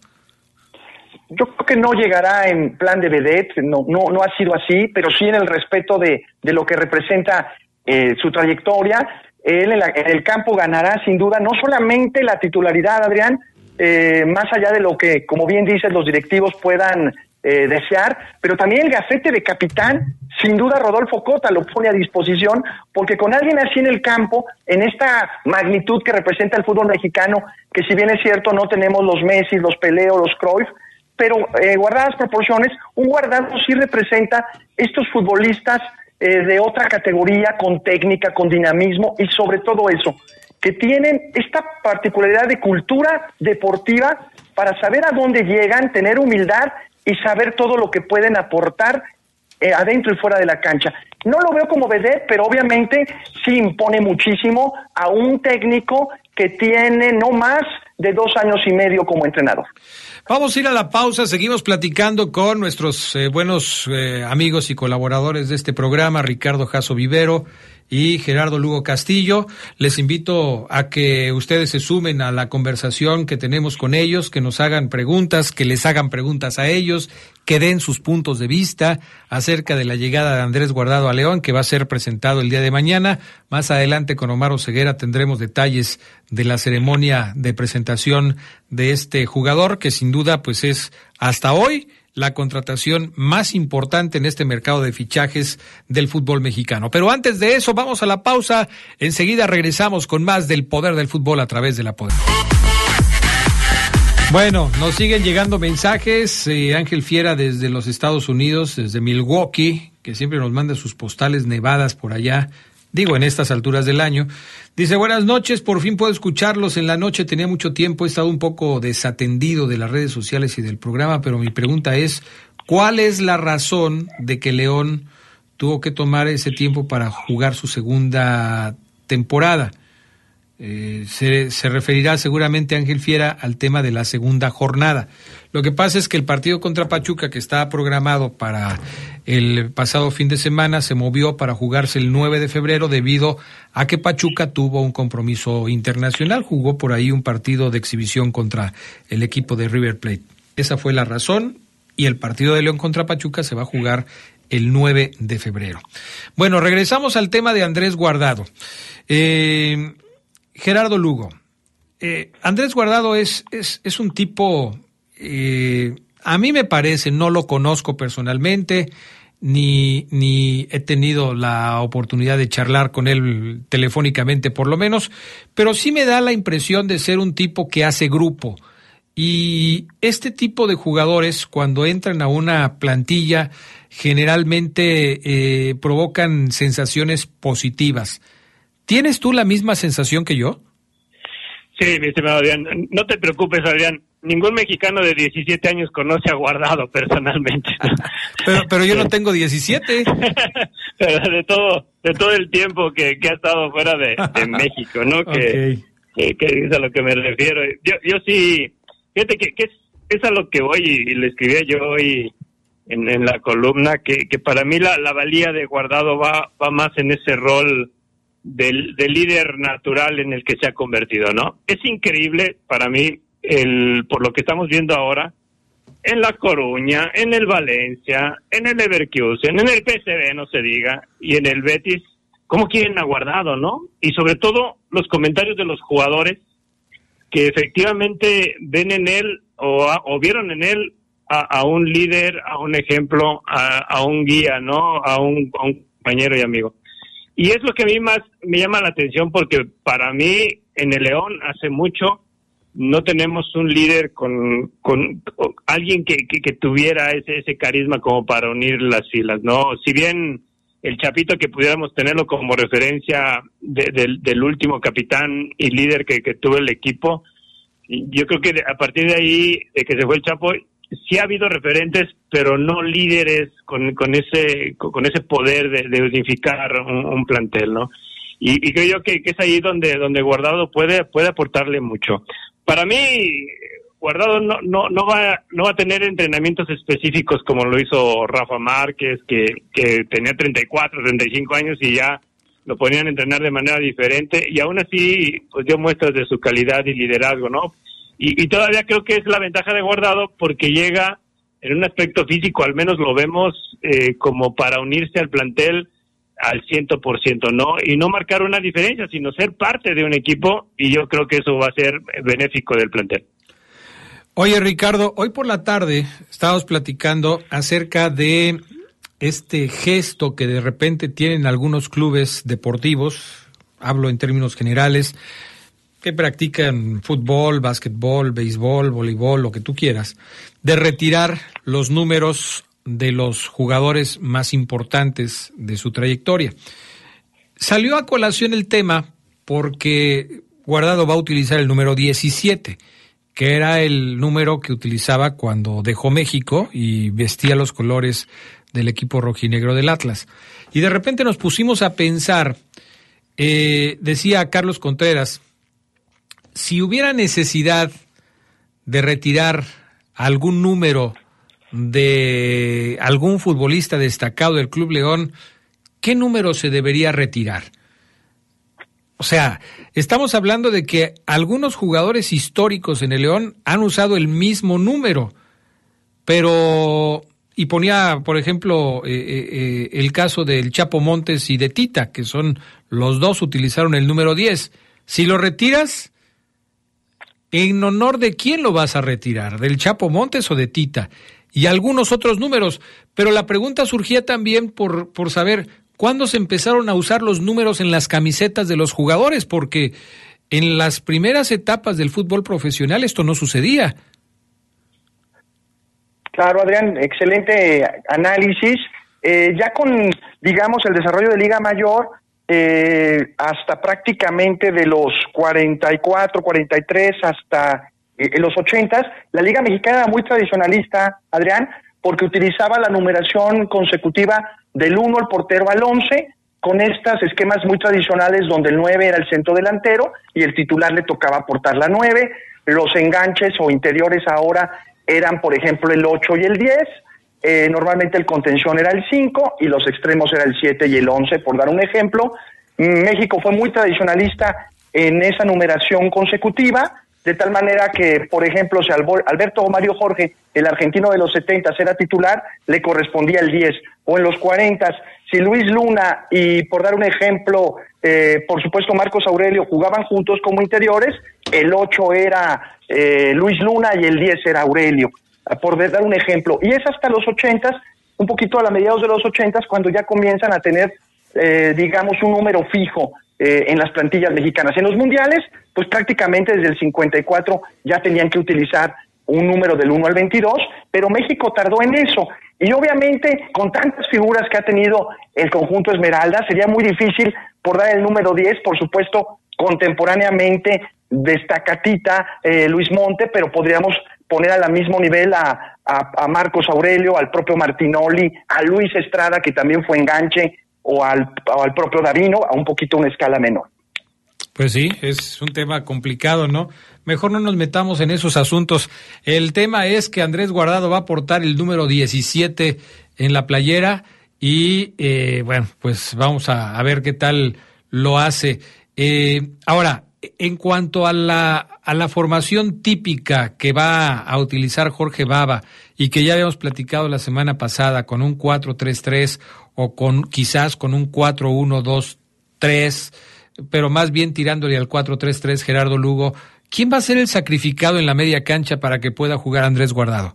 Yo creo que no llegará en plan de vedette, no, no, no ha sido así, pero sí en el respeto de, de lo que representa eh, su trayectoria. Él en, la, en el campo ganará sin duda no solamente la titularidad, Adrián, eh, más allá de lo que, como bien dices, los directivos puedan eh, desear, pero también el gafete de capitán, sin duda Rodolfo Cota lo pone a disposición, porque con alguien así en el campo, en esta magnitud que representa el fútbol mexicano, que si bien es cierto no tenemos los Messi, los Pelé o los Cruyff, pero eh, guardadas proporciones, un Guardado sí representa estos futbolistas eh, de otra categoría, con técnica, con dinamismo y sobre todo eso, que tienen esta particularidad de cultura deportiva para saber a dónde llegan, tener humildad y saber todo lo que pueden aportar eh, adentro y fuera de la cancha. No lo veo como vedette, pero obviamente sí impone muchísimo a un técnico que tiene no más de dos años y medio como entrenador. Vamos a ir a la pausa, seguimos platicando con nuestros eh, buenos eh, amigos y colaboradores de este programa, Ricardo Jasso Vivero y Gerardo Lugo Castillo. Les invito a que ustedes se sumen a la conversación que tenemos con ellos, que nos hagan preguntas, que les hagan preguntas a ellos, que den sus puntos de vista acerca de la llegada de Andrés Guardado a León, que va a ser presentado el día de mañana. Más adelante con Omar Oseguera tendremos detalles de la ceremonia de presentación de este jugador, que sin duda pues es hasta hoy la contratación más importante en este mercado de fichajes del fútbol mexicano. Pero antes de eso, vamos a la pausa. Enseguida regresamos con más del poder del fútbol a través de la Poder. Bueno, nos siguen llegando mensajes. Eh, Ángel Fiera desde los Estados Unidos, desde Milwaukee, que siempre nos manda sus postales nevadas por allá. Digo, en estas alturas del año. Dice, buenas noches, por fin puedo escucharlos en la noche, tenía mucho tiempo, he estado un poco desatendido de las redes sociales y del programa, pero mi pregunta es, ¿cuál es la razón de que León tuvo que tomar ese tiempo para jugar su segunda temporada? Eh, se, se referirá seguramente Ángel Fiera al tema de la segunda jornada. Lo que pasa es que el partido contra Pachuca, que estaba programado para el pasado fin de semana, se movió para jugarse el nueve de febrero debido a que Pachuca tuvo un compromiso internacional, jugó por ahí un partido de exhibición contra el equipo de River Plate. Esa fue la razón, y el partido de León contra Pachuca se va a jugar el nueve de febrero. Bueno, regresamos al tema de Andrés Guardado. Eh... Gerardo Lugo, eh, Andrés Guardado es, es, es un tipo, eh, a mí me parece, no lo conozco personalmente, ni, ni he tenido la oportunidad de charlar con él telefónicamente por lo menos, pero sí me da la impresión de ser un tipo que hace grupo. Y este tipo de jugadores, cuando entran a una plantilla, generalmente eh, provocan sensaciones positivas. ¿Tienes tú la misma sensación que yo? Sí, mi estimado Adrián. No te preocupes, Adrián. Ningún mexicano de diecisiete años conoce a Guardado personalmente. pero pero yo no tengo diecisiete. Pero de todo de todo el tiempo que, que ha estado fuera de, de México, ¿no? Que, okay. que, que es a lo que me refiero. Yo yo sí, fíjate que, que es, es a lo que voy, y, y le escribía yo hoy en, en la columna, que, que para mí la, la valía de Guardado va, va más en ese rol Del, del líder natural en el que se ha convertido, ¿no? Es increíble para mí, el por lo que estamos viendo ahora, en La Coruña, en el Valencia, en el Leverkusen, en el P S V, no se diga, y en el Betis, cómo quieren a Guardado, ¿no? Y sobre todo los comentarios de los jugadores que efectivamente ven en él o, a, o vieron en él a, a un líder, a un ejemplo, a, a un guía, ¿no? A un, a un compañero y amigo. Y es lo que a mí más me llama la atención, porque para mí en el León hace mucho no tenemos un líder con, con, con alguien que, que, que tuviera ese, ese carisma como para unir las filas, ¿no? Si bien el Chapito, que pudiéramos tenerlo como referencia de, de, del último capitán y líder que, que tuvo el equipo, yo creo que a partir de ahí, de que se fue el Chapo, sí ha habido referentes, pero no líderes con, con ese con ese poder de, de unificar un, un plantel, ¿no? Y, y creo yo que, que es ahí donde donde Guardado puede puede aportarle mucho. Para mí, Guardado no no no va no va a tener entrenamientos específicos como lo hizo Rafa Márquez, que que tenía treinta y cuatro, treinta y cinco años y ya lo ponían a entrenar de manera diferente, y aún así pues dio muestras de su calidad y liderazgo, ¿no? Y, y todavía creo que es la ventaja de Guardado, porque llega en un aspecto físico, al menos lo vemos eh, como para unirse al plantel al ciento por ciento, ¿no? Y no marcar una diferencia, sino ser parte de un equipo, y yo creo que eso va a ser benéfico del plantel. Oye, Ricardo, hoy por la tarde estábamos platicando acerca de este gesto que de repente tienen algunos clubes deportivos, hablo en términos generales, que practican fútbol, básquetbol, béisbol, voleibol, lo que tú quieras, de retirar los números de los jugadores más importantes de su trayectoria. Salió a colación el tema porque Guardado va a utilizar el número diecisiete, que era el número que utilizaba cuando dejó México y vestía los colores del equipo rojinegro del Atlas. Y de repente nos pusimos a pensar, eh, decía Carlos Contreras, si hubiera necesidad de retirar algún número de algún futbolista destacado del Club León, ¿qué número se debería retirar? O sea, estamos hablando de que algunos jugadores históricos en el León han usado el mismo número, pero... Y ponía, por ejemplo, eh, eh, el caso del Chapo Montes y de Tita, que son los dos utilizaron el número diez. Si lo retiras... ¿En honor de quién lo vas a retirar? ¿Del Chapo Montes o de Tita? Y algunos otros números. Pero la pregunta surgía también por, por saber cuándo se empezaron a usar los números en las camisetas de los jugadores, porque en las primeras etapas del fútbol profesional esto no sucedía. Claro, Adrián, excelente análisis. Eh, ya con, digamos, el desarrollo de Liga Mayor, eh, hasta prácticamente de los cuarenta y cuatro, cuarenta y tres hasta eh, los ochentas, la Liga Mexicana era muy tradicionalista, Adrián, porque utilizaba la numeración consecutiva del uno al portero al once, con estos esquemas muy tradicionales donde el nueve era el centro delantero y el titular le tocaba aportar la nueve. Los enganches o interiores ahora eran, por ejemplo, el ocho y el diez. Eh, normalmente el contención era el cinco y los extremos era el siete y el once, por dar un ejemplo. México fue muy tradicionalista en esa numeración consecutiva, de tal manera que, por ejemplo, si Alberto Mario Jorge, el argentino de los setentas, era titular, le correspondía el diez, o en los cuarentas, si Luis Luna y, por dar un ejemplo, eh, por supuesto Marcos Aurelio jugaban juntos como interiores, el ocho era eh, Luis Luna y el diez era Aurelio, por dar un ejemplo. Y es hasta los ochentas, un poquito a la mediados de los ochentas, cuando ya comienzan a tener, eh, digamos, un número fijo eh, en las plantillas mexicanas. En los mundiales, pues prácticamente desde el cincuenta y cuatro ya tenían que utilizar un número del uno al veintidós, pero México tardó en eso. Y obviamente, con tantas figuras que ha tenido el conjunto Esmeralda, sería muy difícil por dar el número diez, por supuesto, contemporáneamente destaca Tita, eh, Luis Monte, pero podríamos poner al mismo nivel a, a, a Marcos Aurelio, al propio Martinoli, a Luis Estrada, que también fue enganche, o al, o al propio Davino, a un poquito una escala menor. Pues sí, es un tema complicado, ¿no? Mejor no nos metamos en esos asuntos. El tema es que Andrés Guardado va a portar el número diecisiete en la playera y, eh, bueno, pues vamos a, a ver qué tal lo hace. Eh, ahora, en cuanto a la, a la formación típica que va a utilizar Jorge Baba y que ya habíamos platicado la semana pasada con un cuatro tres tres o con quizás con un cuatro uno dos tres, pero más bien tirándole al cuatro tres tres, Gerardo Lugo, ¿quién va a ser el sacrificado en la media cancha para que pueda jugar Andrés Guardado?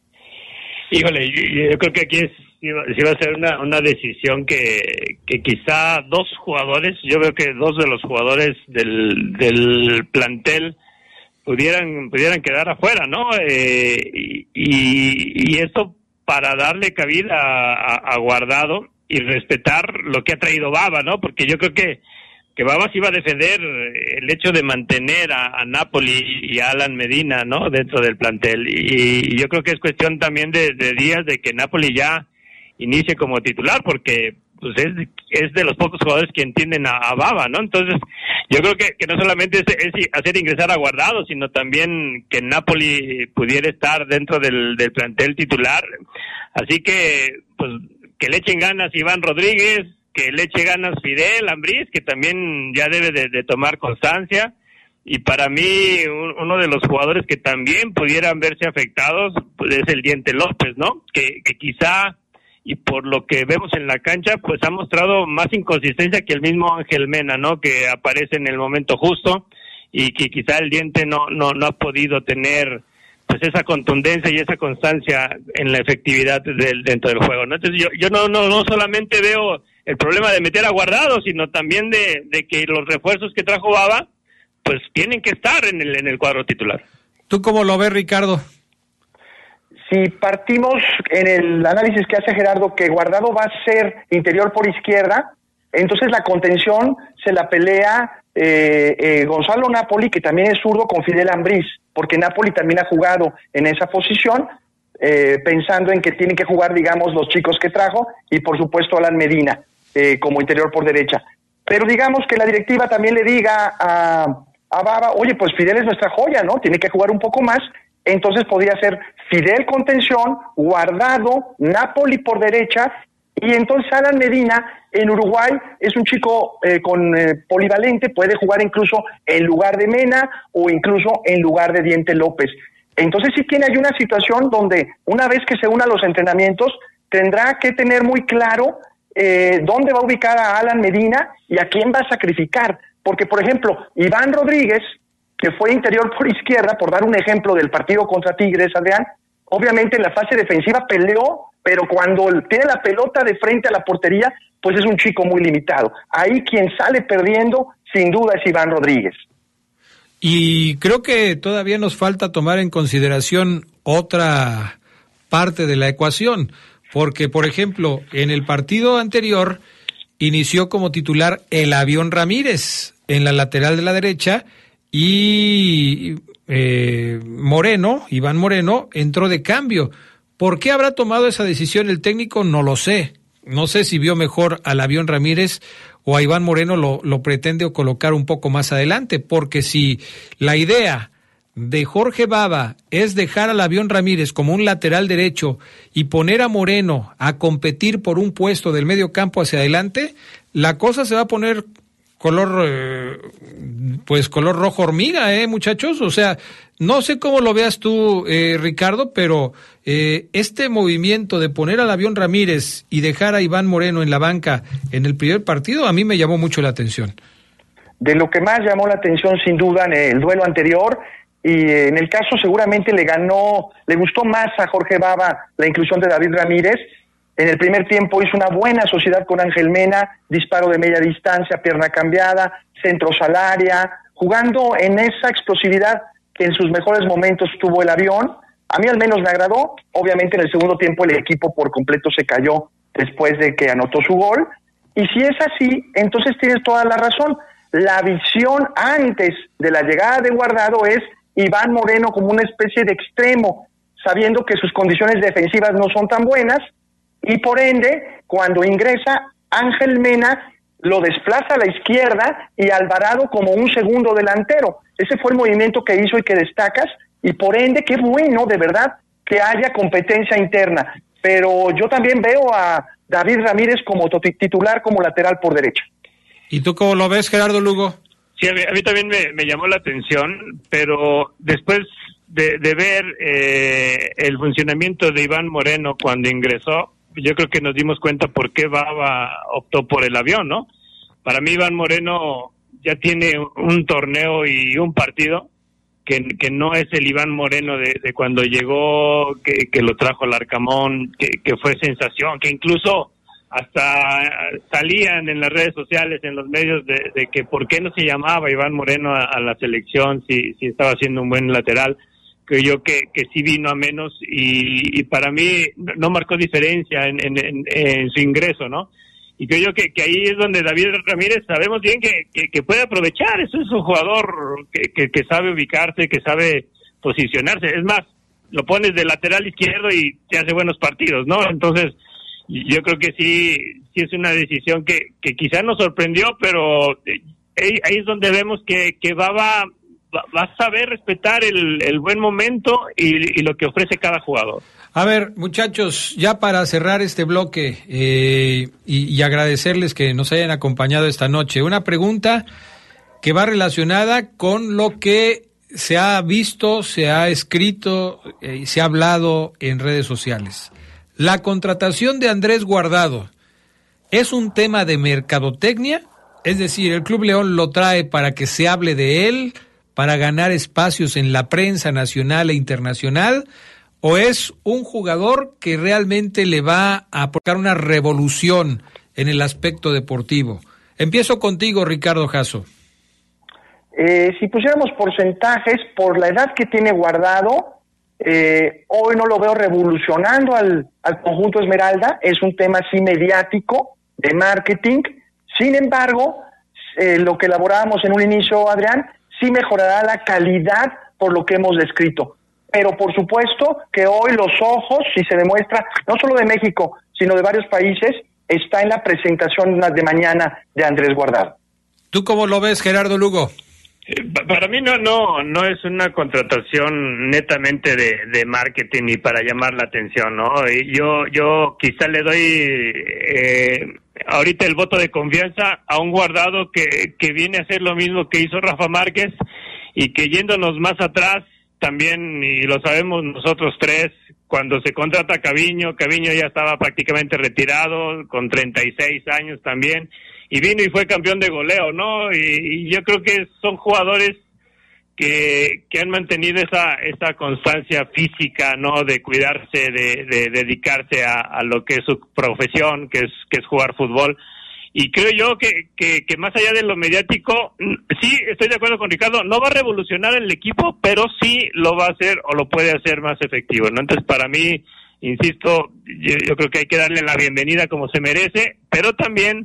Híjole, yo, yo creo que aquí es, sí va a ser una, una decisión que, que quizá dos jugadores, yo veo que dos de los jugadores del, del plantel pudieran pudieran quedar afuera, ¿no? Eh, y, y, y esto para darle cabida a, a, a Guardado y respetar lo que ha traído Baba, ¿no? Porque yo creo que que Baba sí va a defender el hecho de mantener a, a Napoli y a Alan Medina, ¿no?, dentro del plantel. Y, y yo creo que es cuestión también de, de días de que Napoli ya inicie como titular, porque pues es, es de los pocos jugadores que entienden a, a Baba, ¿no? Entonces, yo creo que, que no solamente es, es hacer ingresar a Guardado, sino también que Napoli pudiera estar dentro del, del plantel titular. Así que, pues, que le echen ganas Iván Rodríguez, que le eche ganas Fidel Ambriz, que también ya debe de, de tomar constancia, y para mí un, uno de los jugadores que también pudieran verse afectados pues, es el Diente López, ¿no? Que, que quizá, y por lo que vemos en la cancha, pues ha mostrado más inconsistencia que el mismo Ángel Mena, ¿no? Que aparece en el momento justo, y que quizá el Diente no, no, no ha podido tener pues esa contundencia y esa constancia en la efectividad del, dentro del juego, ¿no? Entonces yo, yo no, no, no solamente veo el problema de meter a Guardado, sino también de, de que los refuerzos que trajo Baba, pues tienen que estar en el, en el cuadro titular. ¿Tú cómo lo ves, Ricardo? Si partimos en el análisis que hace Gerardo, que Guardado va a ser interior por izquierda, entonces la contención se la pelea eh, eh, Gonzalo Napoli, que también es zurdo, con Fidel Ambriz, porque Napoli también ha jugado en esa posición, eh, pensando en que tienen que jugar, digamos, los chicos que trajo, y por supuesto Alan Medina, eh, como interior por derecha. Pero digamos que la directiva también le diga a, a Baba, oye, pues Fidel es nuestra joya, ¿no? Tiene que jugar un poco más. Entonces podría ser Fidel contención, Guardado, Napoli por derecha, y entonces Alan Medina en Uruguay es un chico eh, con eh, polivalente, puede jugar incluso en lugar de Mena o incluso en lugar de Diente López. Entonces sí tiene ahí una situación donde una vez que se una a los entrenamientos tendrá que tener muy claro eh, dónde va a ubicar a Alan Medina y a quién va a sacrificar. Porque, por ejemplo, Iván Rodríguez, que fue interior por izquierda, por dar un ejemplo del partido contra Tigres, Adrián, obviamente en la fase defensiva peleó, pero cuando tiene la pelota de frente a la portería, pues es un chico muy limitado. Ahí quien sale perdiendo, sin duda, es Iván Rodríguez. Y creo que todavía nos falta tomar en consideración otra parte de la ecuación, porque, por ejemplo, en el partido anterior, inició como titular el Avión Ramírez en la lateral de la derecha y eh, Moreno, Iván Moreno, entró de cambio. ¿Por qué habrá tomado esa decisión el técnico? No lo sé. No sé si vio mejor al Avión Ramírez o a Iván Moreno lo, lo pretende colocar un poco más adelante, porque si la idea de Jorge Baba es dejar al Avión Ramírez como un lateral derecho y poner a Moreno a competir por un puesto del medio campo hacia adelante, la cosa se va a poner color, eh, pues color rojo hormiga, eh, muchachos. O sea, no sé cómo lo veas tú, eh, Ricardo, pero eh, este movimiento de poner al Avión Ramírez y dejar a Iván Moreno en la banca en el primer partido, a mí me llamó mucho la atención. De lo que más llamó la atención, sin duda, en el duelo anterior, y en el caso seguramente le ganó, le gustó más a Jorge Baba la inclusión de David Ramírez. En el primer tiempo hizo una buena sociedad con Ángel Mena, disparo de media distancia, pierna cambiada, centros al área, jugando en esa explosividad que en sus mejores momentos tuvo el Avión. A mí al menos me agradó. Obviamente en el segundo tiempo el equipo por completo se cayó después de que anotó su gol. Y si es así, entonces tienes toda la razón. La visión antes de la llegada de Guardado es Iván Moreno como una especie de extremo, sabiendo que sus condiciones defensivas no son tan buenas, y por ende, cuando ingresa Ángel Mena, lo desplaza a la izquierda y Alvarado como un segundo delantero. Ese fue el movimiento que hizo y que destacas, y por ende, qué bueno, de verdad, que haya competencia interna. Pero yo también veo a David Ramírez como titular, como lateral por derecha. ¿Y tú cómo lo ves, Gerardo Lugo? Sí, a mí, a mí también me, me llamó la atención, pero después de, de ver eh, el funcionamiento de Iván Moreno cuando ingresó, yo creo que nos dimos cuenta por qué Baba optó por el Avión, ¿no? Para mí Iván Moreno ya tiene un torneo y un partido que, que no es el Iván Moreno de, de cuando llegó, que, que lo trajo el Arcamón, que, que fue sensación, que incluso hasta salían en las redes sociales, en los medios, de, de que por qué no se llamaba Iván Moreno a, a la selección si, si estaba haciendo un buen lateral. Creo yo que, que sí vino a menos y, y para mí no marcó diferencia en, en, en, en su ingreso, ¿no? Y creo yo que, que ahí es donde David Ramírez sabemos bien que, que, que puede aprovechar. Eso es un jugador que, que, que sabe ubicarse, que sabe posicionarse. Es más, lo pones de lateral izquierdo y te hace buenos partidos, ¿no? Entonces, yo creo que sí, sí es una decisión que, que quizá nos sorprendió, pero ahí, ahí es donde vemos que, que Baba va, va a saber respetar el, el buen momento y, y lo que ofrece cada jugador. A ver, muchachos, ya para cerrar este bloque eh, y, y agradecerles que nos hayan acompañado esta noche, una pregunta que va relacionada con lo que se ha visto, se ha escrito y eh, se ha hablado en redes sociales. La contratación de Andrés Guardado, ¿es un tema de mercadotecnia? Es decir, el Club León lo trae para que se hable de él, para ganar espacios en la prensa nacional e internacional, ¿o es un jugador que realmente le va a aportar una revolución en el aspecto deportivo? Empiezo contigo, Ricardo Jasso. Eh, si pusiéramos porcentajes, por la edad que tiene Guardado, Eh, hoy no lo veo revolucionando al, al conjunto Esmeralda. Es un tema así mediático, de marketing. Sin embargo, eh, lo que elaborábamos en un inicio, Adrián, sí mejorará la calidad por lo que hemos descrito. Pero por supuesto que hoy los ojos, si se demuestra, no solo de México, sino de varios países, está en la presentación de mañana de Andrés Guardado. ¿Tú cómo lo ves, Gerardo Lugo? Para mí no no no es una contratación netamente de, de marketing ni para llamar la atención, ¿no? Yo yo quizá le doy eh, ahorita el voto de confianza a un Guardado que, que viene a hacer lo mismo que hizo Rafa Márquez y que yéndonos más atrás también, y lo sabemos nosotros tres, cuando se contrata a Caviño, Caviño ya estaba prácticamente retirado, con treinta y seis años también, y vino y fue campeón de goleo, ¿no? Y, y yo creo que son jugadores que, que han mantenido esa esa constancia física, ¿no? De cuidarse, de, de dedicarse a, a lo que es su profesión, que es que es jugar fútbol. Y creo yo que, que, que más allá de lo mediático, sí, estoy de acuerdo con Ricardo, no va a revolucionar el equipo, pero sí lo va a hacer o lo puede hacer más efectivo, ¿no? Entonces, para mí, insisto, yo, yo creo que hay que darle la bienvenida como se merece, pero también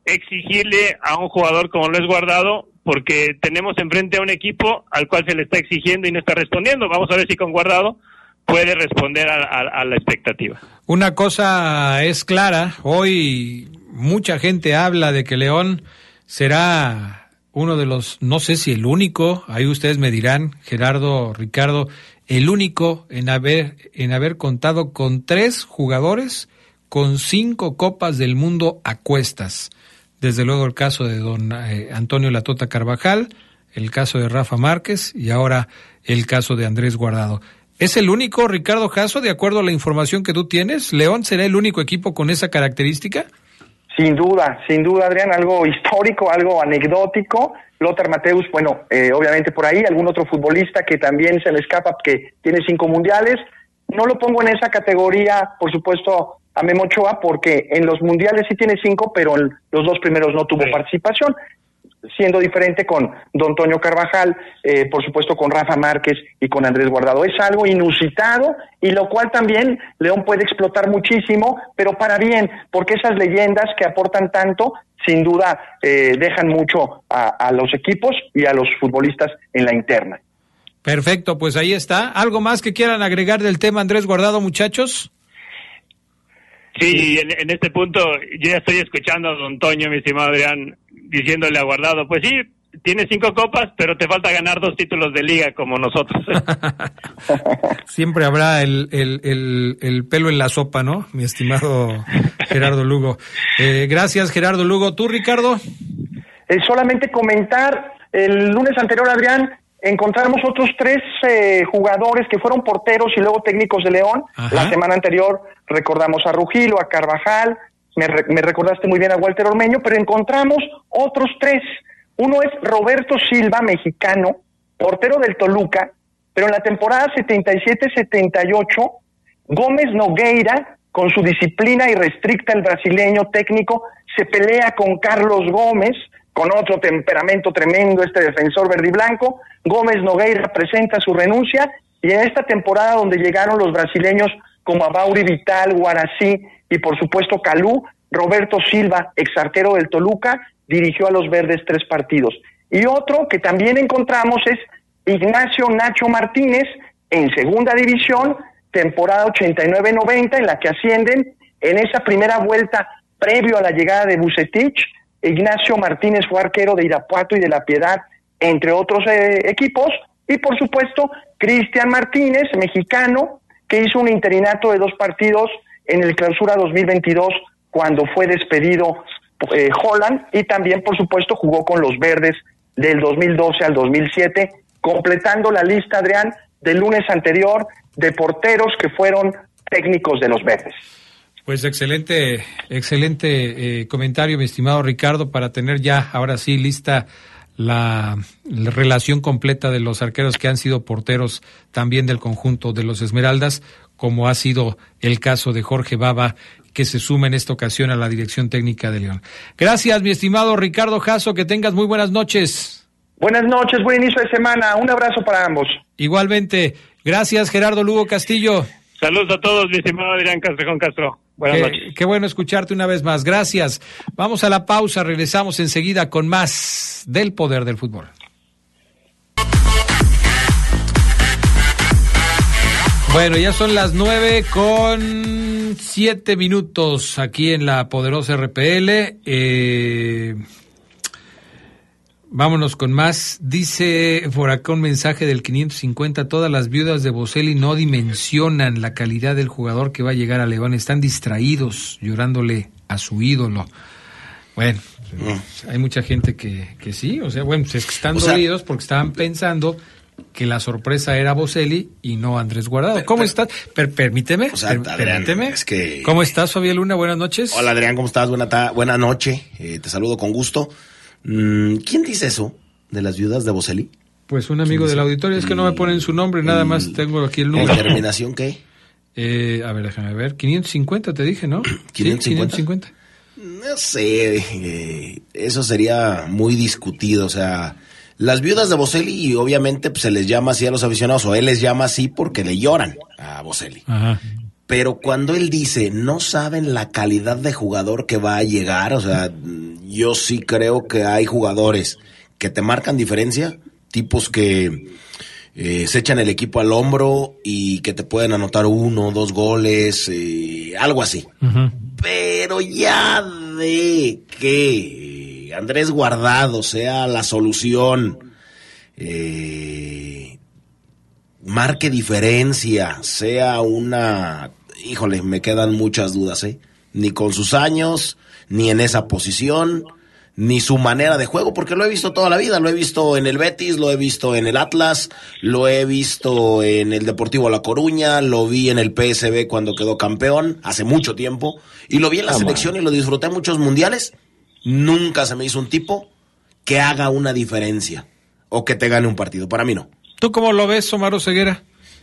exigirle a un jugador como lo es Guardado, porque tenemos enfrente a un equipo al cual se le está exigiendo y no está respondiendo. Vamos a ver si con Guardado puede responder a, a, a la expectativa. Una cosa es clara, hoy mucha gente habla de que León será uno de los, no sé si el único, ahí ustedes me dirán, Gerardo, Ricardo, el único en haber, en haber contado con tres jugadores con cinco Copas del Mundo a cuestas. Desde luego el caso de don eh, Antonio Latota Carvajal, el caso de Rafa Márquez y ahora el caso de Andrés Guardado. ¿Es el único, Ricardo Jasso, de acuerdo a la información que tú tienes? ¿León será el único equipo con esa característica? Sin duda, sin duda, Adrián, algo histórico, algo anecdótico. Lothar Matthäus, bueno, eh, obviamente por ahí, algún otro futbolista que también se le escapa, que tiene cinco mundiales. No lo pongo en esa categoría, por supuesto, a Memo Ochoa, porque en los mundiales sí tiene cinco, pero en los dos primeros no tuvo sí. participación, siendo diferente con don Toño Carvajal, eh, por supuesto con Rafa Márquez y con Andrés Guardado. Es algo inusitado y lo cual también León puede explotar muchísimo, pero para bien, porque esas leyendas que aportan tanto, sin duda eh, dejan mucho a, a los equipos y a los futbolistas en la interna. Perfecto, pues ahí está. ¿Algo más que quieran agregar del tema Andrés Guardado, muchachos? Sí, en, en este punto yo ya estoy escuchando a don Toño, mi estimado Adrián, diciéndole a Guardado, pues sí, tienes cinco copas, pero te falta ganar dos títulos de liga como nosotros. Siempre habrá el, el, el, el pelo en la sopa, ¿no? Mi estimado Gerardo Lugo. Eh, gracias, Gerardo Lugo. ¿Tú, Ricardo? Eh, solamente comentar, el lunes anterior, Adrián, encontramos otros tres eh, jugadores que fueron porteros y luego técnicos de León. Ajá. La semana anterior recordamos a Rugilo, a Carvajal, me, re, me recordaste muy bien a Walter Ormeño, pero encontramos otros tres. Uno es Roberto Silva, mexicano, portero del Toluca, pero en la temporada setenta y siete setenta y ocho, Gómez Nogueira, con su disciplina irrestricta, el brasileño técnico, se pelea con Carlos Gómez, con otro temperamento tremendo, este defensor verde y blanco. Gómez Nogueira presenta su renuncia y en esta temporada donde llegaron los brasileños como Abauri Vital, Guarací y por supuesto Calú, Roberto Silva, exarquero del Toluca, dirigió a los verdes tres partidos. Y otro que también encontramos es Ignacio Nacho Martínez, en segunda división, temporada ochenta y nueve noventa, en la que ascienden. En esa primera vuelta, previo a la llegada de Vucetich, Ignacio Martínez fue arquero de Irapuato y de La Piedad, entre otros eh, equipos. Y por supuesto, Cristian Martínez, mexicano, que hizo un interinato de dos partidos en el Clausura dos mil veintidós, cuando fue despedido eh, Holland, y también, por supuesto, jugó con los verdes del dos mil doce al dos mil siete, completando la lista, Adrián, del lunes anterior de porteros que fueron técnicos de los verdes. Pues excelente, excelente eh, comentario, mi estimado Ricardo, para tener ya ahora sí lista la, la relación completa de los arqueros que han sido porteros también del conjunto de los Esmeraldas, como ha sido el caso de Jorge Baba, que se suma en esta ocasión a la dirección técnica de León. Gracias, mi estimado Ricardo Jasso, que tengas muy buenas noches. Buenas noches, buen inicio de semana, un abrazo para ambos. Igualmente, gracias Gerardo Lugo Castillo. Saludos a todos, mi estimado Adrián Castrejón Castro. Buenas qué, noches. Qué bueno escucharte una vez más, gracias. Vamos a la pausa, regresamos enseguida con más del poder del fútbol. Bueno, ya son las nueve con siete minutos aquí en la poderosa R P L. Eh, vámonos con más. Dice por acá un mensaje del quinientos cincuenta. Todas las viudas de Boselli no dimensionan la calidad del jugador que va a llegar a León. Están distraídos llorándole a su ídolo. Bueno, mm. hay mucha gente que, que sí. O sea, bueno, pues es que están o dolidos sea, porque estaban pensando que la sorpresa era Boselli y no Andrés Guardado. Pero, ¿Cómo pero, estás? Per, permíteme, o sea, per, Adrián, permíteme. Es que... ¿Cómo estás, Fabián Luna? Buenas noches. Hola, Adrián, ¿cómo estás? Buena, ta- buena noche. Eh, te saludo con gusto. Mm, ¿Quién dice eso de las viudas de Boselli? Pues un amigo del auditorio. Es que no me ponen su nombre, nada el, más tengo aquí el número. ¿La terminación qué? Eh, a ver, déjame ver. quinientos cincuenta te dije, ¿no? ¿quinientos cincuenta? Sí, quinientos cincuenta. No sé, eh, eso sería muy discutido, o sea... Las viudas de Boselli, y obviamente pues, se les llama así a los aficionados, o él les llama así porque le lloran a Boselli. Ajá. Pero cuando él dice, no saben la calidad de jugador que va a llegar, o sea, yo sí creo que hay jugadores que te marcan diferencia, tipos que eh, se echan el equipo al hombro y que te pueden anotar uno, dos goles, eh, algo así. Uh-huh. Pero ya de que Andrés Guardado sea la solución, eh, marque diferencia, sea una... Híjole, me quedan muchas dudas, ¿eh? Ni con sus años, ni en esa posición, ni su manera de juego, porque lo he visto toda la vida, lo he visto en el Betis, lo he visto en el Atlas, lo he visto en el Deportivo La Coruña, lo vi en el P S V cuando quedó campeón, hace mucho tiempo, y lo vi en la ah, selección man. y lo disfruté en muchos mundiales. Nunca se me hizo un tipo que haga una diferencia o que te gane un partido, para mí no. ¿Tú cómo lo ves, Omar Oseguera?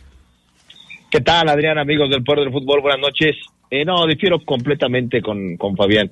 ¿Qué tal, Adrián, amigos del Poder del Fútbol? Buenas noches. Eh, no, difiero completamente con, con Fabián.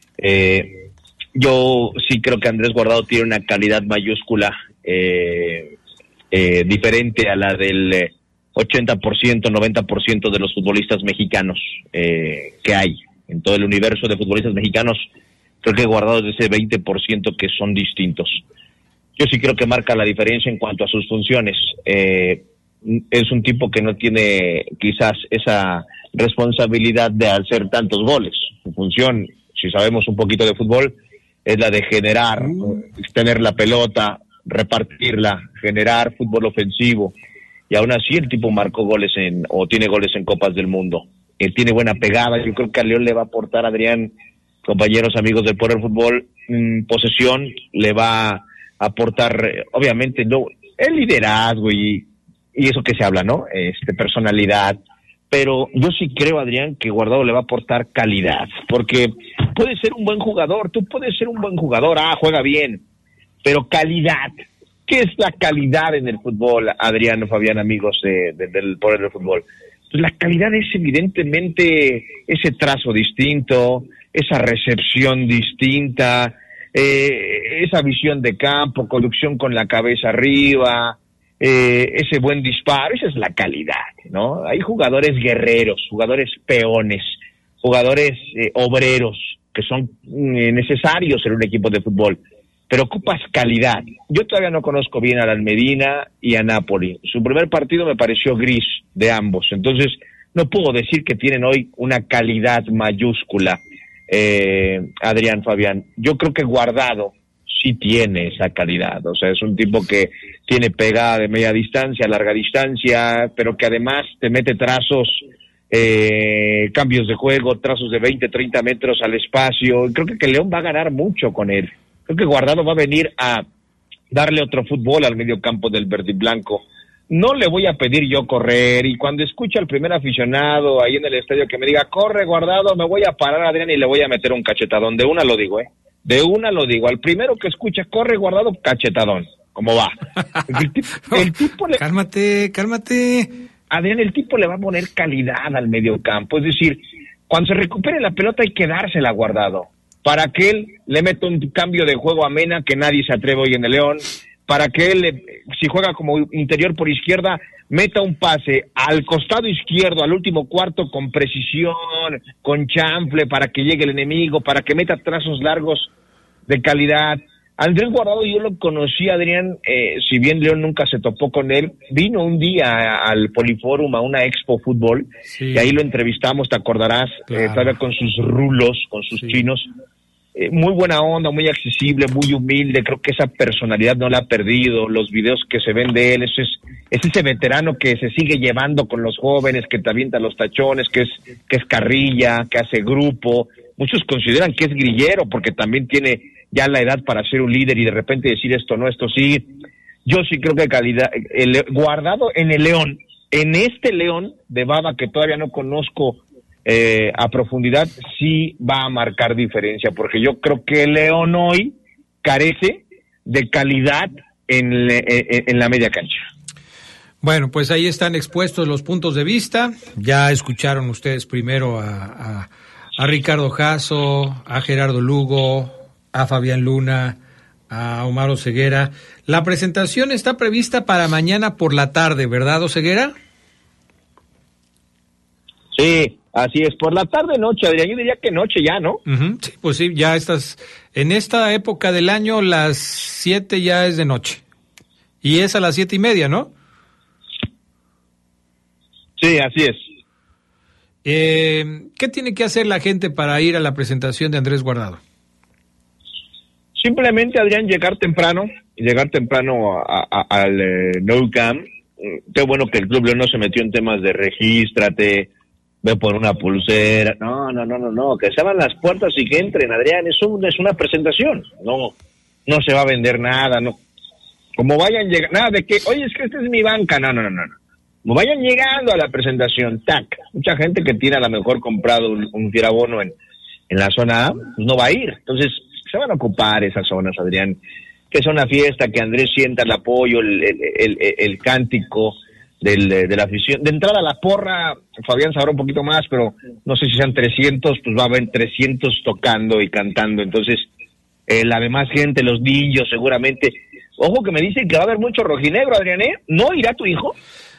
Eh, yo sí creo que Andrés Guardado tiene una calidad mayúscula eh, eh, diferente a la del ochenta por ciento, noventa por ciento de los futbolistas mexicanos eh, que hay. En todo el universo de futbolistas mexicanos, creo que Guardado es de ese veinte por ciento que son distintos. Yo sí creo que marca la diferencia en cuanto a sus funciones. Eh, es un tipo que no tiene quizás esa responsabilidad de hacer tantos goles. Su función, si sabemos un poquito de fútbol, es la de generar, tener la pelota, repartirla, generar fútbol ofensivo. Y aún así el tipo marcó goles en, o tiene goles en Copas del Mundo. Él tiene buena pegada. Yo creo que a León le va a aportar, Adrián, compañeros, amigos del Poder del Fútbol, mmm, posesión, le va a aportar, obviamente, no, el liderazgo y y eso que se habla, ¿no? Este, personalidad. Pero yo sí creo, Adrián, que Guardado le va a aportar calidad, porque puede ser un buen jugador, tú puedes ser un buen jugador, ah, juega bien, pero calidad. ¿Qué es la calidad en el fútbol, Adrián, Fabián, amigos de, de, del Poder del Fútbol? Pues la calidad es evidentemente ese trazo distinto, esa recepción distinta, eh, esa visión de campo, conducción con la cabeza arriba, Eh, ese buen disparo, esa es la calidad, ¿no? Hay jugadores guerreros, jugadores peones, jugadores eh, obreros que son eh, necesarios en un equipo de fútbol, pero ocupas calidad. Yo todavía no conozco bien a la Almedina y a Napoli. Su primer partido me pareció gris de ambos, entonces no puedo decir que tienen hoy una calidad mayúscula, eh, Adrián, Fabián. Yo creo que Guardado sí tiene esa calidad, o sea, es un tipo que tiene pegada de media distancia, larga distancia, pero que además te mete trazos, eh, cambios de juego, trazos de veinte, treinta metros al espacio. Creo que, que León va a ganar mucho con él. Creo que Guardado va a venir a darle otro fútbol al medio campo del verde y blanco. No le voy a pedir yo correr, y cuando escuche al primer aficionado ahí en el estadio que me diga, corre Guardado, me voy a parar, Adrián, y le voy a meter un cachetadón. De una lo digo, ¿eh? De una lo digo, al primero que escucha, corre Guardado, cachetadón. ¿Cómo va? El tipo, el tipo le... Cálmate, cálmate. Adrián, el tipo le va a poner calidad al medio campo. Es decir, cuando se recupere la pelota hay que dársela Guardado. Para que él le meta un cambio de juego a Mena que nadie se atreve hoy en el León. Para que él, si juega como interior por izquierda, meta un pase al costado izquierdo, al último cuarto, con precisión, con chanfle, para que llegue el enemigo, para que meta trazos largos de calidad. Andrés Guardado yo lo conocí, Adrián, eh, si bien León nunca se topó con él, vino un día al Poliforum, a una Expo Fútbol, sí. Y ahí lo entrevistamos, te acordarás, claro. eh, todavía con sus rulos, con sus sí. chinos. Eh, muy buena onda, muy accesible, muy humilde. Creo que esa personalidad no la ha perdido. Los videos que se ven de él, es, es ese veterano que se sigue llevando con los jóvenes, que te avienta los tachones, que es, que es carrilla, que hace grupo. Muchos consideran que es grillero porque también tiene ya la edad para ser un líder y de repente decir esto no, esto sí. Yo sí creo que calidad, el, Guardado en el León, en este León de Baba que todavía no conozco Eh, a profundidad, sí va a marcar diferencia, porque yo creo que León hoy carece de calidad en, en, en la media cancha. Bueno, pues ahí están expuestos los puntos de vista. Ya escucharon ustedes primero a, a, a Ricardo Jasso, a Gerardo Lugo, a Fabián Luna, a Omar Oseguera. La presentación está prevista para mañana por la tarde, ¿verdad, Oseguera? Sí, Así es, por la tarde noche, Adrián, yo diría que noche ya, ¿no? Uh-huh. Sí, pues sí, ya estás, en esta época del año las siete ya es de noche, y es a las siete y media, ¿no? Sí, así es. Eh, ¿Qué tiene que hacer la gente para ir a la presentación de Andrés Guardado? Simplemente, Adrián, llegar temprano, llegar temprano a, a, al eh, Nou Camp. Qué bueno que el Club León no se metió en temas de regístrate, ve por una pulsera. No, no, no, no, no, que se abran las puertas y que entren, Adrián. Eso es una presentación. No, no se va a vender nada, no. Como vayan llegando, nada de que, oye, es que esta es mi banca. No, no, no, no. Como vayan llegando a la presentación, tac. Mucha gente que tiene a lo mejor comprado un, un fierabono en, en la zona A, pues no va a ir. Entonces, se van a ocupar esas zonas, Adrián. Que es una fiesta, que Andrés sienta el apoyo, el, el, el, el cántico del, de la afición. De entrada, la porra, Fabián sabrá un poquito más, pero no sé si sean trescientos, pues va a haber trescientos tocando y cantando. Entonces, eh, la demás gente, los niños, seguramente. Ojo que me dicen que va a haber mucho rojinegro, Adrián, ¿eh? ¿No irá tu hijo?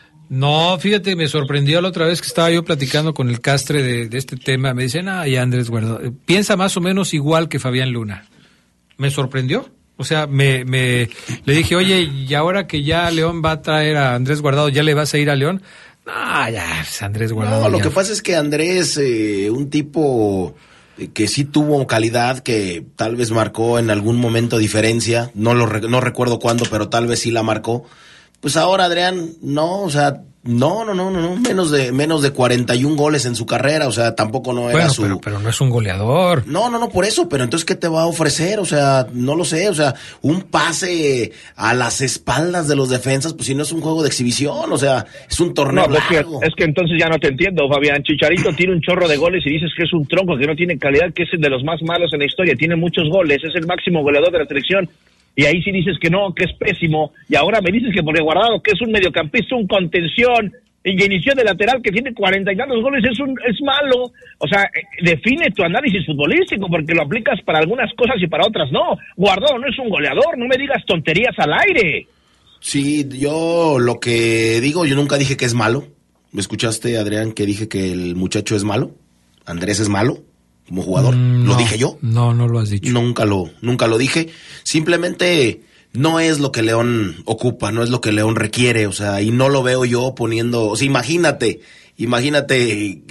No, fíjate, me sorprendió la otra vez que estaba yo platicando con el castre de, de este tema. Me dicen, ah, ya Andrés Guardado, piensa más o menos igual que Fabián Luna. Me sorprendió. O sea, me, me le dije, oye, y ahora que ya León va a traer a Andrés Guardado, ¿ya le vas a ir a León? No, ya, pues Andrés Guardado. No, lo ya. que pasa es que Andrés, eh, un tipo que sí tuvo calidad, que tal vez marcó en algún momento diferencia, no lo no recuerdo cuándo, pero tal vez sí la marcó. Pues ahora, Adrián, no, o sea, no, no, no, no, no, menos de menos de cuarenta y un goles en su carrera, o sea, tampoco no era bueno, su... Pero, pero no es un goleador. No, no, no, por eso, pero entonces, ¿qué te va a ofrecer? O sea, no lo sé, o sea, un pase a las espaldas de los defensas, pues si no es un juego de exhibición, o sea, es un torneo no, largo. Es que, es que entonces ya no te entiendo, Fabián. Chicharito tiene un chorro de goles y dices que es un tronco, que no tiene calidad, que es el de los más malos en la historia, tiene muchos goles, es el máximo goleador de la selección. Y ahí sí dices que no, que es pésimo. Y ahora me dices que por el Guardado, que es un mediocampista, un contención, y que inició de lateral, que tiene cuarenta y tantos goles, es un es malo. O sea, define tu análisis futbolístico, porque lo aplicas para algunas cosas y para otras no. Guardado no es un goleador, no me digas tonterías al aire. Sí, yo lo que digo, yo nunca dije que es malo. ¿Me escuchaste, Adrián, que dije que el muchacho es malo? ¿Andrés es malo como jugador? Mm, ¿Lo no, dije yo? No, no lo has dicho. Nunca lo, nunca lo dije. Simplemente no es lo que León ocupa, no es lo que León requiere, o sea, y no lo veo yo poniendo, o sea, imagínate, imagínate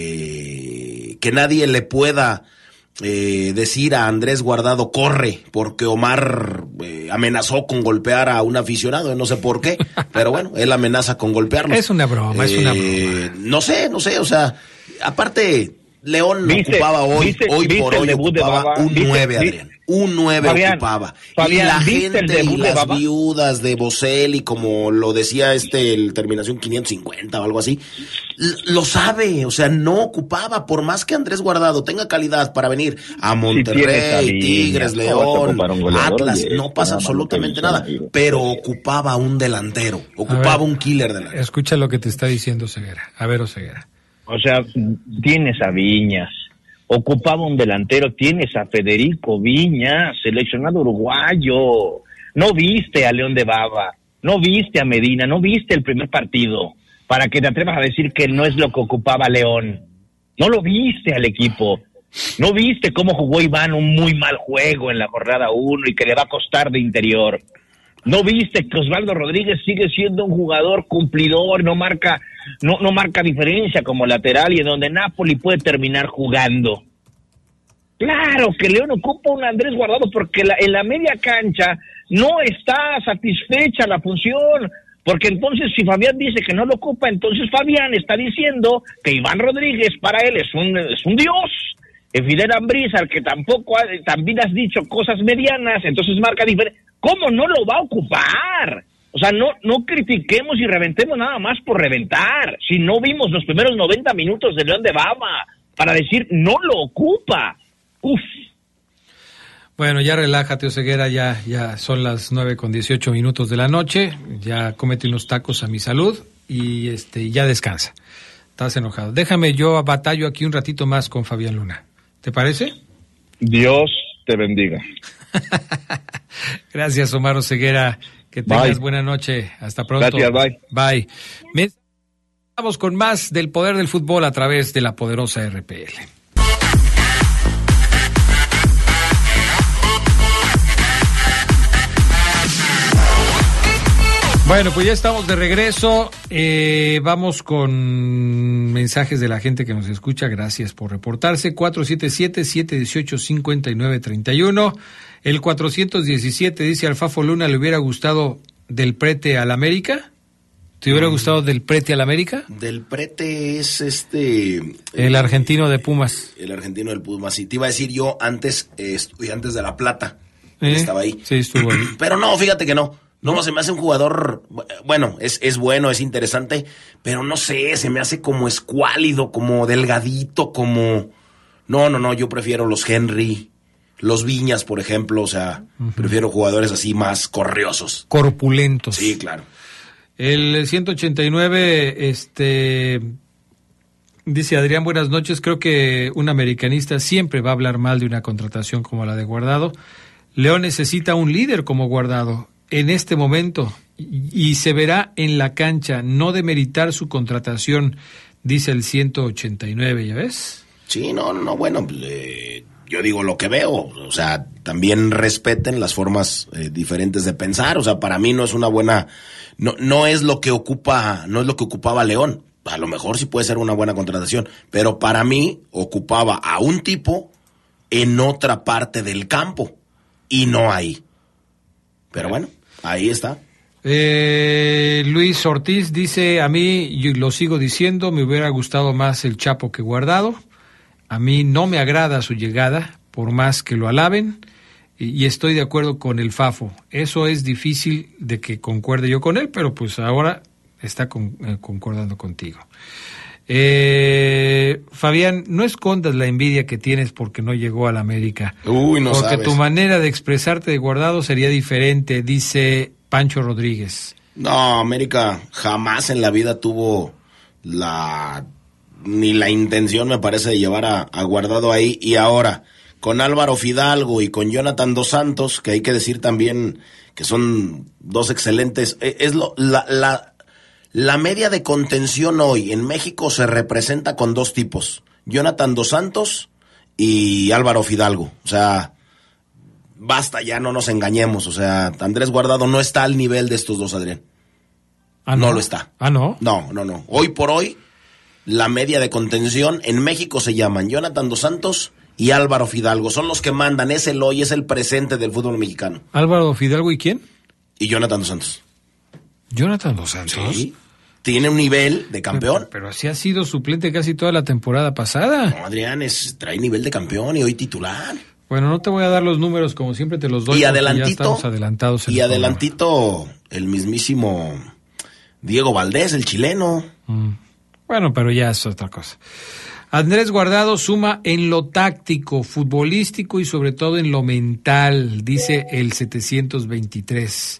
que, que nadie le pueda eh, decir a Andrés Guardado, corre, porque Omar eh, amenazó con golpear a un aficionado, no sé por qué, pero bueno, él amenaza con golpearlo. Es una broma, eh, es una broma. No sé, no sé, o sea, aparte... León ¿Viste, ocupaba hoy, viste, hoy viste por hoy ocupaba Baba, un ¿viste, nueve, Adrián. Un nueve Fabián, ocupaba. Fabián, y la ¿viste gente el y las Baba? viudas de Boselli, como lo decía este, el terminación quinientos cincuenta o algo así, lo sabe, o sea, no ocupaba, por más que Andrés Guardado tenga calidad para venir a Monterrey, si Tigres, León, Atlas, no pasa no, absolutamente no nada, pero ocupaba un delantero, ocupaba ver, un killer delantero. Escucha lo que te está diciendo Oseguera. A ver, Oseguera. O sea, tienes a Viñas, ocupaba un delantero, tienes a Federico Viñas, seleccionado uruguayo. No viste a León de Baba, no viste a Medina, no viste el primer partido, para que te atrevas a decir que no es lo que ocupaba León. No lo viste al equipo, no viste cómo jugó Iván un muy mal juego en la jornada uno y que le va a costar de interior. No viste que Osvaldo Rodríguez sigue siendo un jugador cumplidor, no marca, no, no marca diferencia como lateral y en donde Napoli puede terminar jugando. Claro que León ocupa un Andrés Guardado porque la, en la media cancha no está satisfecha la función, porque entonces si Fabián dice que no lo ocupa, entonces Fabián está diciendo que Iván Rodríguez para él es un, es un dios. Fidel Ambriz, al que tampoco ha, también has dicho cosas medianas, entonces marca diferencia. ¿Cómo no lo va a ocupar? O sea, no no critiquemos y reventemos nada más por reventar. Si no vimos los primeros noventa minutos de León de Baba para decir no lo ocupa. Uf. Bueno, ya relájate, Oseguera, ya ya son las nueve con dieciocho minutos de la noche. Ya cómete unos tacos a mi salud y este ya descansa. Estás enojado. Déjame, yo batallo aquí un ratito más con Fabián Luna. ¿Te parece? Dios te bendiga. Gracias, Omar Oseguera. Que tengas bye. Buena noche. Hasta pronto. Gracias, bye. Bye. Me... Vamos con más del poder del fútbol a través de la poderosa R P L. Bueno, pues ya estamos de regreso. Eh, vamos con mensajes de la gente que nos escucha. Gracias por reportarse. cuatro siete siete, siete uno ocho, cinco nueve tres uno. El cuatrocientos diecisiete dice: al Fafo Luna le hubiera gustado del Prete al América. ¿Te hubiera gustado del Prete al América? Del Prete es este... El eh, argentino de Pumas. El argentino del Pumas. Sí, te iba a decir yo antes, eh, Estudiantes de La Plata. ¿Eh? Estaba ahí. Sí, estuvo ahí. Pero no, fíjate que no. No, se me hace un jugador, bueno, es, es bueno, es interesante, pero no sé, se me hace como escuálido, como delgadito, como... No, no, no, yo prefiero los Henry, los Viñas, por ejemplo, o sea, uh-huh. prefiero jugadores así más corriosos. Corpulentos. Sí, claro. El ciento ochenta y nueve, este... dice Adrián, buenas noches, creo que un americanista siempre va a hablar mal de una contratación como la de Guardado. León necesita un líder como Guardado en este momento, y se verá en la cancha, no demeritar su contratación, dice el ciento ochenta y nueve, ¿ya ves? Sí, no, no, bueno, eh, yo digo lo que veo, o sea, también respeten las formas eh, diferentes de pensar, o sea, para mí no es una buena, no, no es lo que ocupa, no es lo que ocupaba León, a lo mejor sí puede ser una buena contratación, pero para mí ocupaba a un tipo en otra parte del campo, y no ahí. Pero bueno, ahí está. Eh, Luis Ortiz dice, a mí, yo lo sigo diciendo, me hubiera gustado más el Chapo que Guardado. A mí no me agrada su llegada, por más que lo alaben, y, y estoy de acuerdo con el Fafo. Eso es difícil de que concuerde yo con él, pero pues ahora está con, eh, concordando contigo. Eh, Fabián, no escondas la envidia que tienes porque no llegó a la América. Uy, no porque sabes. Tu manera de expresarte de Guardado sería diferente, dice Pancho Rodríguez. No, América jamás en la vida tuvo la ni la intención, me parece, de llevar a, a Guardado ahí. Y ahora, con Álvaro Fidalgo y con Jonathan Dos Santos, que hay que decir también que son dos excelentes, es lo la la La media de contención hoy en México se representa con dos tipos, Jonathan Dos Santos y Álvaro Fidalgo. O sea, basta ya, no nos engañemos. O sea, Andrés Guardado no está al nivel de estos dos, Adrián. ¿Ah, no? No lo está. ¿Ah, no? No, no, no. Hoy por hoy, la media de contención en México se llaman Jonathan Dos Santos y Álvaro Fidalgo. Son los que mandan, es el hoy, es el presente del fútbol mexicano. ¿Álvaro Fidalgo y quién? Y Jonathan Dos Santos. ¿Jonathan Dos Santos? Sí. Tiene un nivel de campeón. Pero, pero así ha sido suplente casi toda la temporada pasada. No, Adrián, es, trae nivel de campeón y hoy titular. Bueno, no te voy a dar los números como siempre te los doy. Y adelantito, ya estamos adelantados en y el adelantito programa. El mismísimo Diego Valdés, el chileno. Mm. Bueno, pero ya es otra cosa. Andrés Guardado suma en lo táctico, futbolístico y sobre todo en lo mental, dice el setecientos veintitrés.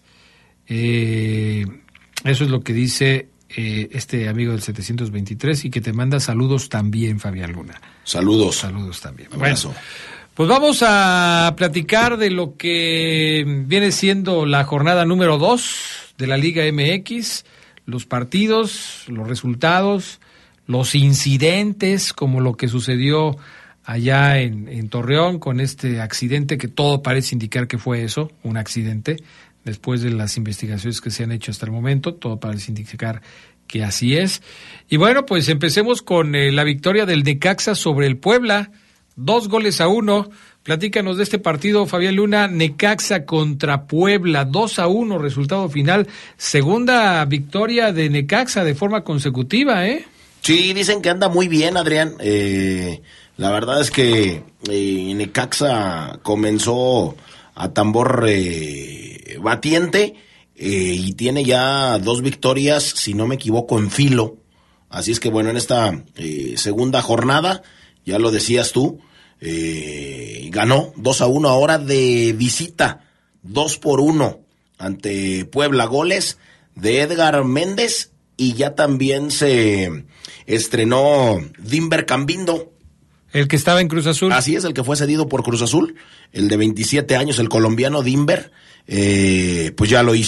Eh, eso es lo que dice eh, este amigo del setecientos veintitrés y que te manda saludos también, Fabián Luna. Saludos. Saludos también. Abrazo. Bueno, pues vamos a platicar de lo que viene siendo la jornada número dos de la Liga M X, los partidos, los resultados, los incidentes, como lo que sucedió allá en, en Torreón con este accidente que todo parece indicar que fue eso, un accidente. Después de las investigaciones que se han hecho hasta el momento, todo parece indicar que así es. Y bueno, pues empecemos con eh, la victoria del Necaxa sobre el Puebla, dos goles a uno. Platícanos de este partido, Fabián Luna. Necaxa contra Puebla, dos a uno, resultado final. Segunda victoria de Necaxa de forma consecutiva, ¿eh? Sí, dicen que anda muy bien, Adrián. Eh, la verdad es que eh, Necaxa comenzó a tambor eh, batiente eh, y tiene ya dos victorias, si no me equivoco, en filo. Así es que bueno, en esta eh, segunda jornada, ya lo decías tú, eh, ganó dos a uno ahora de visita, dos por uno ante Puebla, goles de Edgar Méndez y ya también se estrenó Dimber Cambindo. El que estaba en Cruz Azul. Así es, el que fue cedido por Cruz Azul, el de veintisiete años, el colombiano Dimber, eh, pues ya lo hizo.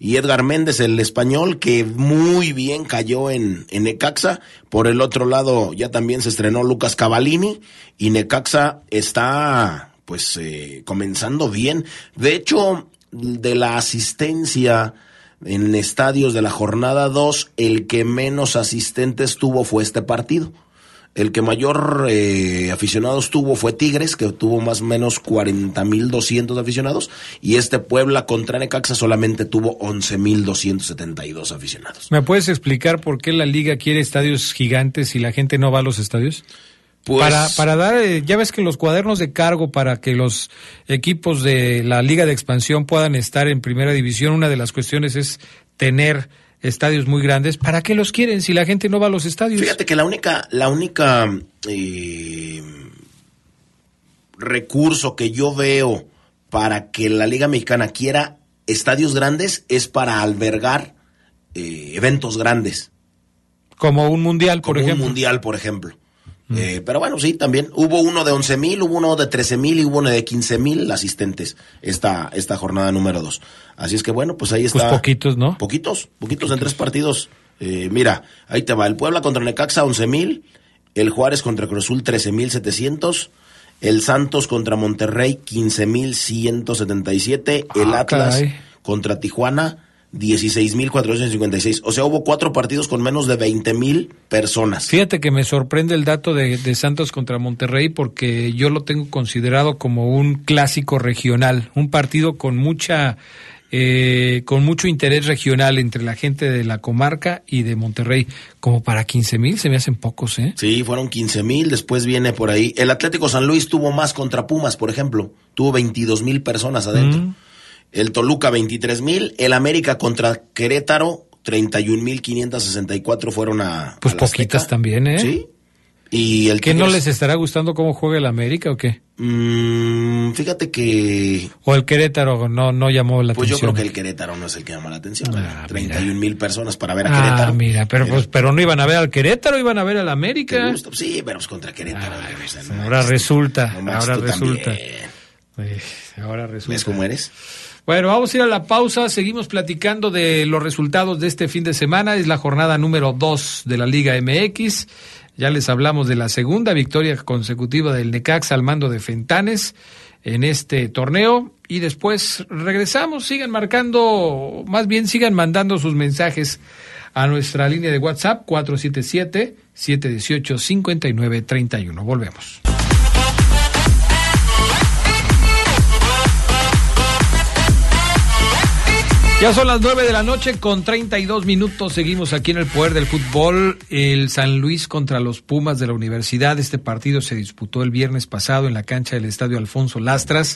y Edgar Méndez, el español, que muy bien cayó en, en Necaxa. Por el otro lado, ya también se estrenó Lucas Cavallini, y Necaxa está, pues, eh, comenzando bien. De hecho, de la asistencia en estadios de la jornada dos, el que menos asistentes tuvo fue este partido. El que mayor eh, aficionados tuvo fue Tigres, que tuvo más o menos cuarenta mil doscientos aficionados, y este Puebla contra Necaxa solamente tuvo once mil doscientos setenta y dos aficionados. ¿Me puedes explicar por qué la liga quiere estadios gigantes y la gente no va a los estadios? Pues, para para dar, eh, ya ves que los cuadernos de cargo para que los equipos de la Liga de Expansión puedan estar en primera división, una de las cuestiones es tener estadios muy grandes. ¿Para qué los quieren si la gente no va a los estadios? Fíjate que la única, la única eh, recurso que yo veo para que la Liga Mexicana quiera estadios grandes es para albergar eh, eventos grandes. Como un mundial, por Como ejemplo. un mundial, por ejemplo. Eh, pero bueno, sí, también hubo uno de once mil, hubo uno de trece mil y hubo uno de quince mil asistentes esta, esta jornada número dos. Así es que bueno, pues ahí está. Pues poquitos, ¿no? Poquitos, poquitos, poquitos. en tres partidos. Eh, mira, ahí te va. El Puebla contra Necaxa, once mil. El Juárez contra Cruz Azul, trece mil setecientos. El Santos contra Monterrey, quince mil ciento setenta y siete. El ah, Atlas caray. contra Tijuana, dieciséis mil cuatrocientos cincuenta y seis. O sea, hubo cuatro partidos con menos de veinte mil personas. Fíjate que me sorprende el dato de, de Santos contra Monterrey, porque yo lo tengo considerado como un clásico regional, un partido con mucha eh, con mucho interés regional entre la gente de la comarca y de Monterrey. Como para quince mil se me hacen pocos, ¿eh? Sí, fueron quince mil, después viene por ahí. El Atlético San Luis tuvo más contra Pumas, por ejemplo. Tuvo veintidós mil personas adentro. Mm. El Toluca, veintitrés mil. El América contra Querétaro, treinta y un mil quinientos sesenta y cuatro fueron a. Pues a poquitas también, ¿eh? Sí. Y el ¿Qué Tigres... no les estará gustando cómo juega el América o qué? Mm, fíjate que. O el Querétaro no, no llamó la pues atención. Pues yo creo que el Querétaro no es el que llama la atención. Ah, treinta y un mil personas para ver a ah, Querétaro. mira, pero, pero, pues, pero no iban a ver al Querétaro, iban a ver al América. Sí, pero pues contra Querétaro. Ay, o sea, pues, no ahora manches, resulta, no ahora resulta. También. Ahora resulta. ¿Ves cómo eres? Bueno, vamos a ir a la pausa, seguimos platicando de los resultados de este fin de semana, es la jornada número dos de la Liga M X, ya les hablamos de la segunda victoria consecutiva del Necaxa al mando de Fentanes en este torneo, y después regresamos, sigan marcando, más bien sigan mandando sus mensajes a nuestra línea de WhatsApp cuatro siete siete, siete uno ocho, cinco nueve tres uno, volvemos. Ya son las nueve de la noche con treinta y dos minutos, seguimos aquí en el Poder del Fútbol. El San Luis contra los Pumas de la Universidad, este partido se disputó el viernes pasado en la cancha del Estadio Alfonso Lastras,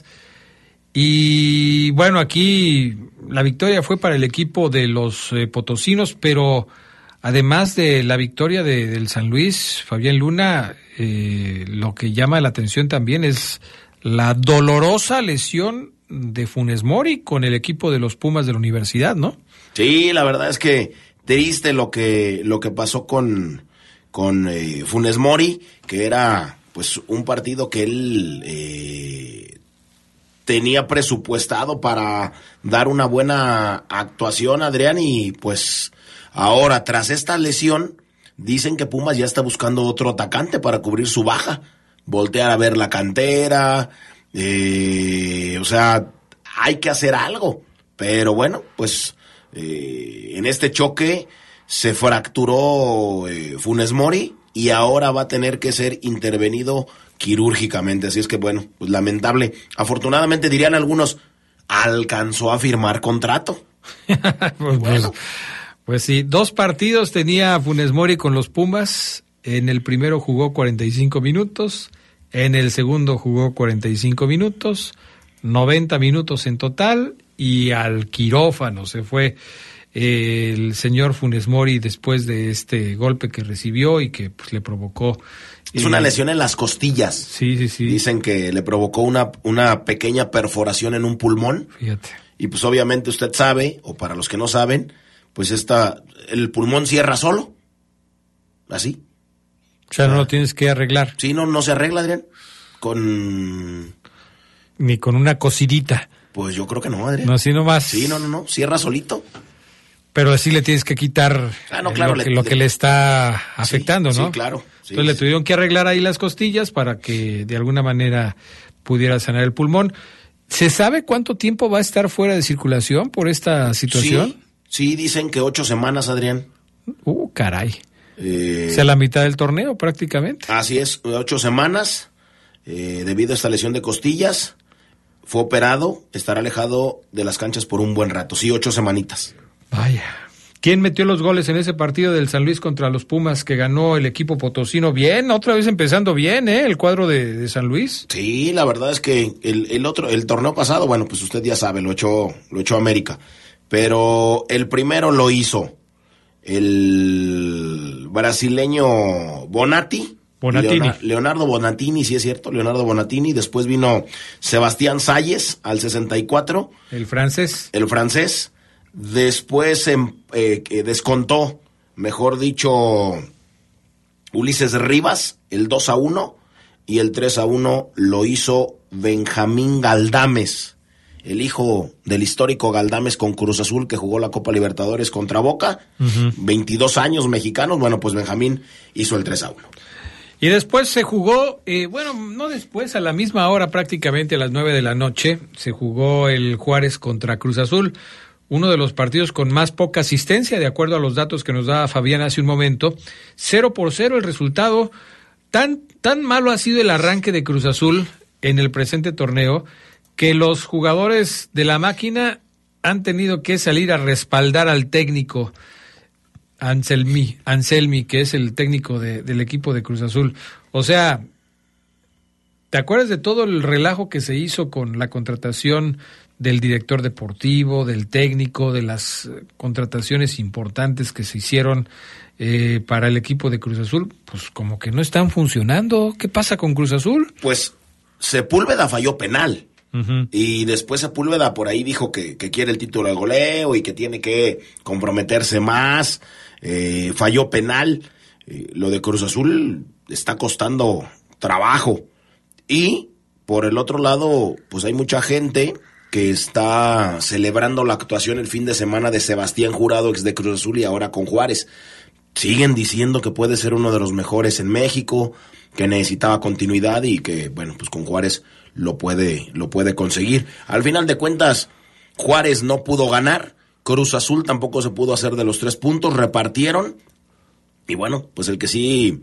y bueno, aquí la victoria fue para el equipo de los eh, potosinos, pero además de la victoria de, del San Luis, Fabián Luna, eh, lo que llama la atención también es la dolorosa lesión de Funes Mori con el equipo de los Pumas de la Universidad, ¿no? Sí, la verdad es que triste lo que lo que pasó con con eh, Funes Mori, que era pues un partido que él eh, tenía presupuestado para dar una buena actuación, Adrián, y pues ahora tras esta lesión dicen que Pumas ya está buscando otro atacante para cubrir su baja, voltear a ver la cantera. Eh, o sea, hay que hacer algo, pero bueno, pues eh, en este choque se fracturó eh, Funes Mori y ahora va a tener que ser intervenido quirúrgicamente, así es que bueno, pues lamentable. Afortunadamente, dirían algunos, alcanzó a firmar contrato. Pues bueno, pues sí, dos partidos tenía Funes Mori con los Pumas. En el primero jugó cuarenta y cinco minutos, en el segundo jugó cuarenta y cinco minutos, noventa minutos en total, y al quirófano se fue eh, el señor Funes Mori después de este golpe que recibió y que pues le provocó... Es una lesión en las costillas. Sí, sí, sí. Dicen que le provocó una, una pequeña perforación en un pulmón. Fíjate. Y pues obviamente usted sabe, o para los que no saben, pues esta, el pulmón cierra solo. Así. O sea, no lo tienes que arreglar. Sí, no, no se arregla, Adrián. Con... Ni con una cosidita. Pues yo creo que no, Adrián. No, así nomás. Sí, no, no, no, cierra solito. Pero así le tienes que quitar ah, no, claro, lo, que, le, lo que le está afectando, sí, ¿no? Sí, claro. Sí, Entonces sí. le tuvieron que arreglar ahí las costillas para que de alguna manera pudiera sanar el pulmón. ¿Se sabe cuánto tiempo va a estar fuera de circulación por esta situación? Sí, sí dicen que ocho semanas, Adrián. Uh, caray. Eh, o sea, la mitad del torneo prácticamente. Así es, ocho semanas eh, debido a esta lesión de costillas. Fue operado, estará alejado de las canchas por un buen rato. Sí, ocho semanitas. Vaya. ¿Quién metió los goles en ese partido del San Luis contra los Pumas que ganó el equipo potosino? Bien, otra vez empezando bien, ¿eh? El cuadro de, de San Luis. Sí, la verdad es que el, el otro, el torneo pasado, bueno, pues usted ya sabe, lo echó, lo echó América. Pero el primero lo hizo el brasileño Bonatti. Bonatini. Leonardo, Leonardo Bonatini, sí es cierto, Leonardo Bonatini. Después vino Sebastián Salles al sesenta y cuatro. El francés. El francés. Después eh, descontó, mejor dicho, Ulises Rivas, el dos a uno, y el tres a uno lo hizo Benjamín Galdames, el hijo del histórico Galdames con Cruz Azul que jugó la Copa Libertadores contra Boca, uh-huh. veintidós años mexicanos. Bueno, pues Benjamín hizo el tres a uno. Y después se jugó, eh, bueno, no después, a la misma hora prácticamente a las nueve de la noche, se jugó el Juárez contra Cruz Azul. Uno de los partidos con más poca asistencia, de acuerdo a los datos que nos daba Fabián hace un momento. Cero por cero el resultado. Tan, tan malo ha sido el arranque de Cruz Azul en el presente torneo que los jugadores de la máquina han tenido que salir a respaldar al técnico Anselmi, Anselmi, que es el técnico de, del equipo de Cruz Azul. O sea, ¿te acuerdas de todo el relajo que se hizo con la contratación del director deportivo, del técnico, de las contrataciones importantes que se hicieron eh, para el equipo de Cruz Azul? Pues como que no están funcionando. ¿Qué pasa con Cruz Azul? Pues Sepúlveda falló penal. Uh-huh. Y después Sepúlveda por ahí dijo que, que quiere el título de goleo y que tiene que comprometerse más. Eh, falló penal. Eh, lo de Cruz Azul está costando trabajo. Y por el otro lado, pues hay mucha gente que está celebrando la actuación el fin de semana de Sebastián Jurado, ex de Cruz Azul y ahora con Juárez. Siguen diciendo que puede ser uno de los mejores en México, que necesitaba continuidad y que, bueno, pues con Juárez lo puede, lo puede conseguir. Al final de cuentas, Juárez no pudo ganar, Cruz Azul tampoco se pudo hacer de los tres puntos, repartieron. Y bueno, pues el que sí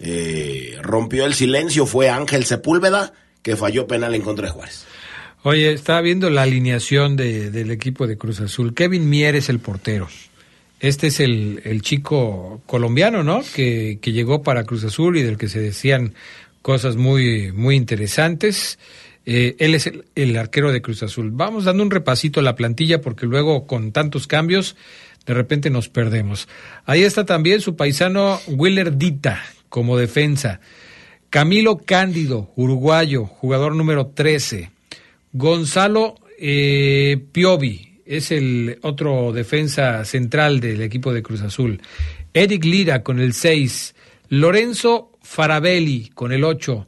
eh, rompió el silencio fue Ángel Sepúlveda, que falló penal en contra de Juárez. Oye, estaba viendo la alineación de, del equipo de Cruz Azul. Kevin Mier es el portero. Este es el, el chico colombiano, ¿no? Que, que llegó para Cruz Azul y del que se decían cosas muy, muy interesantes. Eh, él es el, el arquero de Cruz Azul. Vamos dando un repasito a la plantilla porque luego con tantos cambios de repente nos perdemos. Ahí está también su paisano Willer Dita como defensa. Camilo Cándido, uruguayo, jugador número trece. Gonzalo eh, Piovi es el otro defensa central del equipo de Cruz Azul. Eric Lira con el seis. Lorenzo Farabelli con el ocho.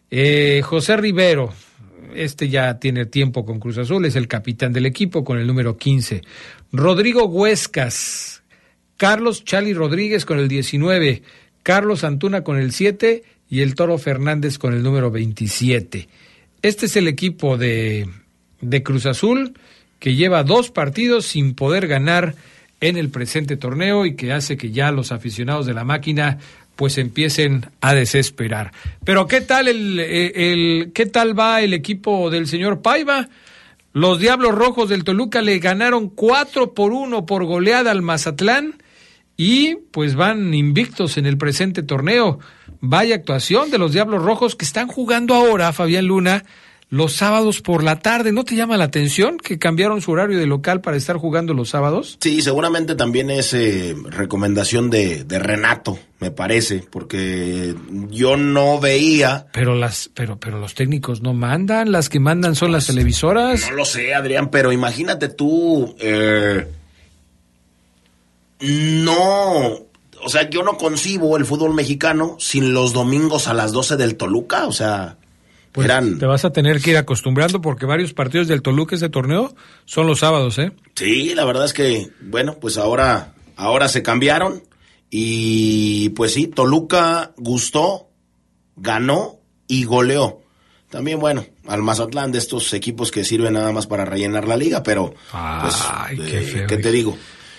Eh, José Rivero, este ya tiene tiempo con Cruz Azul, es el capitán del equipo con el número quince. Rodrigo Huescas. Carlos Chali Rodríguez con el diecinueve. Carlos Antuna con el siete y el Toro Fernández con el número veintisiete. Este es el equipo de, de Cruz Azul que lleva dos partidos sin poder ganar en el presente torneo y que hace que ya los aficionados de la máquina pues empiecen a desesperar. Pero ¿qué tal el, el, el qué tal va el equipo del señor Paiva? Los Diablos Rojos del Toluca le ganaron cuatro por uno por goleada al Mazatlán y pues van invictos en el presente torneo. Vaya actuación de los Diablos Rojos que están jugando ahora, Fabián Luna, los sábados por la tarde. ¿No te llama la atención que cambiaron su horario de local para estar jugando los sábados? Sí, seguramente también es eh, recomendación de, de Renato, me parece, porque yo no veía... Pero las, pero, pero los técnicos no mandan, las que mandan son pues, las televisoras. No lo sé, Adrián, pero imagínate tú... Eh, no... O sea, yo no concibo el fútbol mexicano sin los domingos a las doce del Toluca, o sea... Pues Eran... te vas a tener que ir acostumbrando porque varios partidos del Toluca este torneo son los sábados, ¿eh? Sí, la verdad es que, bueno, pues ahora, ahora se cambiaron y pues sí, Toluca gustó, ganó y goleó. También, bueno, al Mazatlán, de estos equipos que sirven nada más para rellenar la liga, pero pues, Ay, qué, eh, feo, ¿qué te digo?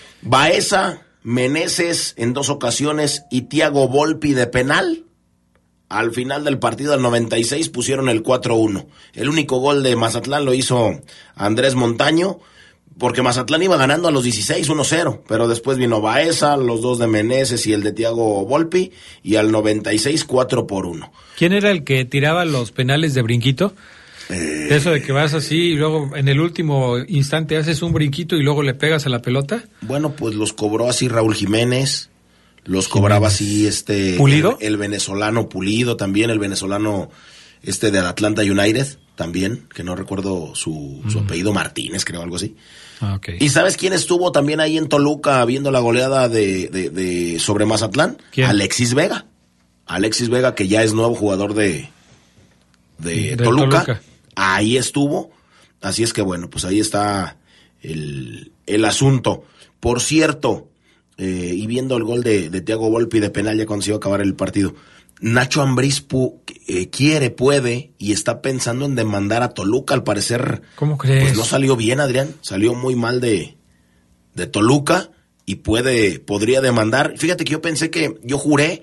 Baeza, Meneses en dos ocasiones y Thiago Volpi de penal. Al final del partido, al noventa y seis, pusieron el cuatro uno. El único gol de Mazatlán lo hizo Andrés Montaño, porque Mazatlán iba ganando a los dieciséis, uno cero. Pero después vino Baeza, los dos de Meneses y el de Thiago Volpi, y al noventa y seis, cuatro por uno. ¿Quién era el que tiraba los penales de brinquito? Eh... Eso de que vas así y luego en el último instante haces un brinquito y luego le pegas a la pelota. Bueno, pues los cobró así Raúl Jiménez. Los cobraba así este... ¿Pulido? El, el venezolano Pulido también, el venezolano este del Atlanta United también, que no recuerdo su, su uh-huh. apellido, Martínez, creo, algo así. Ah, okay. ¿Y sabes quién estuvo también ahí en Toluca viendo la goleada de, de, de sobre Mazatlán? ¿Quién? Alexis Vega. Alexis Vega, que ya es nuevo jugador de, de, de Toluca. Toluca. Ahí estuvo. Así es que bueno, pues ahí está el, el asunto. Por cierto... Eh, y viendo el gol de, de Thiago Volpi de penal ya cuando se iba a acabar el partido, Nacho Ambriz pu, eh, quiere, puede y está pensando en demandar a Toluca. Al parecer, ¿cómo crees? Pues no salió bien, Adrián, salió muy mal de, de Toluca y puede, podría demandar. Fíjate que yo pensé que, yo juré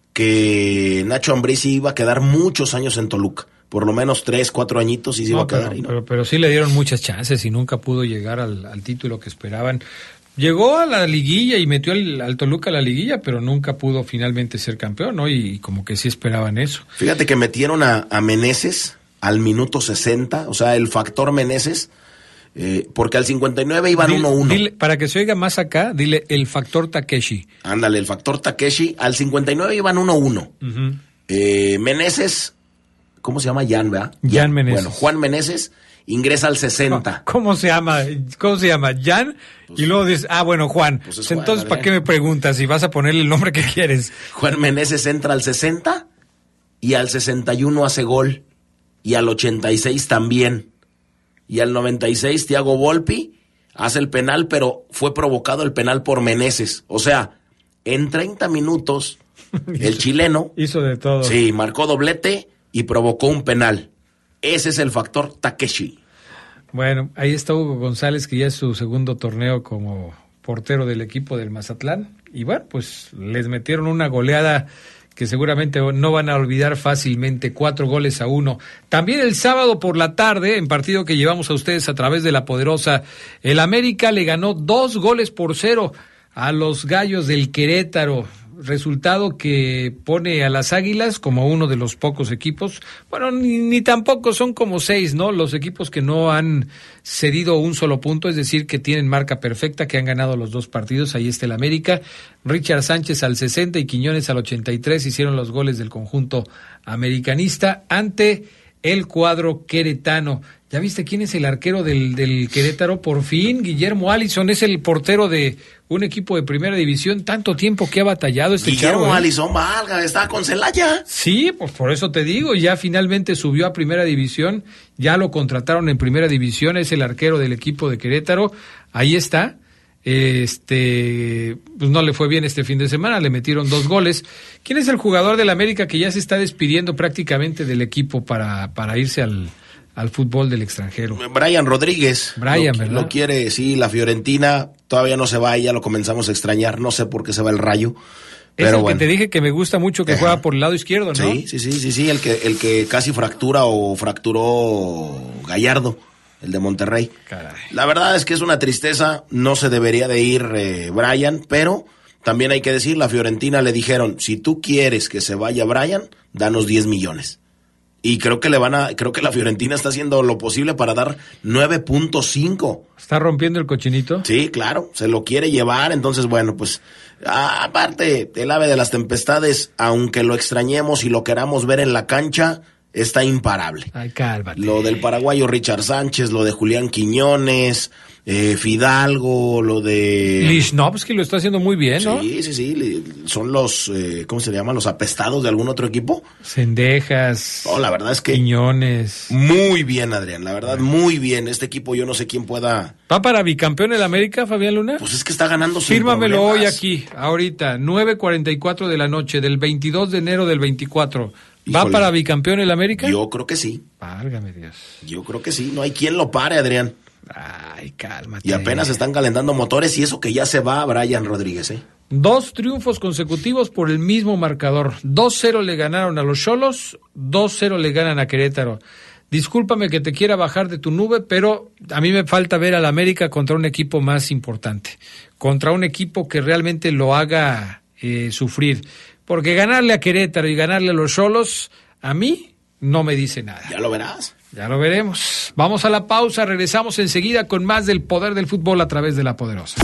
que Nacho Ambriz iba a quedar muchos años en Toluca, por lo menos tres, cuatro añitos y se no, iba a quedar. Pero, y no. pero, pero sí le dieron muchas chances y nunca pudo llegar al, al título que esperaban. Llegó a la liguilla y metió al, al Toluca a la liguilla, pero nunca pudo finalmente ser campeón, ¿no? Y, y como que sí esperaban eso. Fíjate que metieron a, a Meneses al minuto sesenta, o sea, el factor Meneses, eh, porque al cincuenta y nueve iban uno uno. Para que se oiga más acá, dile el factor Takeshi. Ándale, el factor Takeshi, al cincuenta y nueve iban uno uno. Uh-huh. Eh, Meneses, ¿cómo se llama? Jan, ¿verdad? Jan, Jan Meneses. Bueno, Juan Meneses ingresa al sesenta. ¿Cómo se llama? ¿Cómo se llama? Jan. Pues, y luego dices, ah, bueno, Juan. Pues Juan entonces, ¿para qué me preguntas si vas a ponerle el nombre que quieres? Juan Meneses entra al sesenta y al sesenta y uno hace gol. Y al ochenta y seis también. Y al noventa y seis Thiago Volpi hace el penal, pero fue provocado el penal por Meneses. O sea, en treinta minutos, el chileno... Hizo de todo. Sí, marcó doblete y provocó un penal. Ese es el factor Takeshi. Bueno, ahí está Hugo González, que ya es su segundo torneo como portero del equipo del Mazatlán. Y bueno, pues les metieron una goleada que seguramente no van a olvidar fácilmente, cuatro goles a uno. También el sábado por la tarde, en partido que llevamos a ustedes a través de La Poderosa, el América le ganó dos goles por cero a los Gallos del Querétaro. Resultado que pone a las Águilas como uno de los pocos equipos, bueno, ni, ni tampoco, son como seis, ¿no? Los equipos que no han cedido un solo punto, es decir, que tienen marca perfecta, que han ganado los dos partidos. Ahí está el América. Richard Sánchez al sesenta y Quiñones al ochenta y tres hicieron los goles del conjunto americanista ante el cuadro queretano. ¿Ya viste quién es el arquero del, del Querétaro? Por fin, Guillermo Allison es el portero de un equipo de primera división. Tanto tiempo que ha batallado este Guillermo chavo, ¿eh? Allison, valga, está con Celaya. Sí, pues por eso te digo, ya finalmente subió a primera división, ya lo contrataron en primera división, es el arquero del equipo de Querétaro. Ahí está. Este, pues no le fue bien este fin de semana, le metieron dos goles. ¿Quién es el jugador del América que ya se está despidiendo prácticamente del equipo para, para irse al, al fútbol del extranjero? Brian Rodríguez. Brian, lo, ¿verdad? Lo quiere, sí, la Fiorentina todavía no se va, ya lo comenzamos a extrañar, no sé por qué se va el Rayo. Es pero el bueno. que te dije que me gusta mucho, que Ajá. juega por el lado izquierdo, ¿no? Sí, sí, sí, sí, sí, el que, el que casi fractura o fracturó Gallardo. El de Monterrey. Caray. La verdad es que es una tristeza, no se debería de ir eh, Brian, pero también hay que decir, la Fiorentina le dijeron, si tú quieres que se vaya Brian, danos diez millones. Y creo que le van a, creo que la Fiorentina está haciendo lo posible para dar nueve punto cinco. ¿Está rompiendo el cochinito? Sí, claro, se lo quiere llevar, entonces bueno, pues a, aparte, el ave de las tempestades, aunque lo extrañemos y lo queramos ver en la cancha, está imparable. Ay, cálmate. Lo del paraguayo Richard Sánchez, lo de Julián Quiñones, eh, Fidalgo, lo de... Lichnowsky lo está haciendo muy bien, ¿no? Sí, sí, sí. Son los, eh, ¿cómo se le llaman? Los apestados de algún otro equipo. Cendejas. Oh, la verdad es que... Quiñones. Muy bien, Adrián. La verdad, muy bien. Este equipo yo no sé quién pueda... ¿Va para bicampeón el América, Fabián Luna? Pues es que está ganando sin Fírmamelo problemas. hoy aquí, ahorita, nueve cuarenta y cuatro de la noche, del veintidós de enero del veinticuatro. ¿Va Híjole. para bicampeón el América? Yo creo que sí. Válgame Dios. Yo creo que sí. No hay quien lo pare, Adrián. Ay, cálmate. Y apenas están calentando motores y eso que ya se va Brian Rodríguez, ¿eh? Dos triunfos consecutivos por el mismo marcador. dos cero le ganaron a los Xolos, dos cero le ganan a Querétaro. Discúlpame que te quiera bajar de tu nube, pero a mí me falta ver al América contra un equipo más importante. Contra un equipo que realmente lo haga eh, sufrir. Porque ganarle a Querétaro y ganarle a los Xolos, a mí no me dice nada. Ya lo verás. Ya lo veremos. Vamos a la pausa, regresamos enseguida con más del poder del fútbol a través de La Poderosa.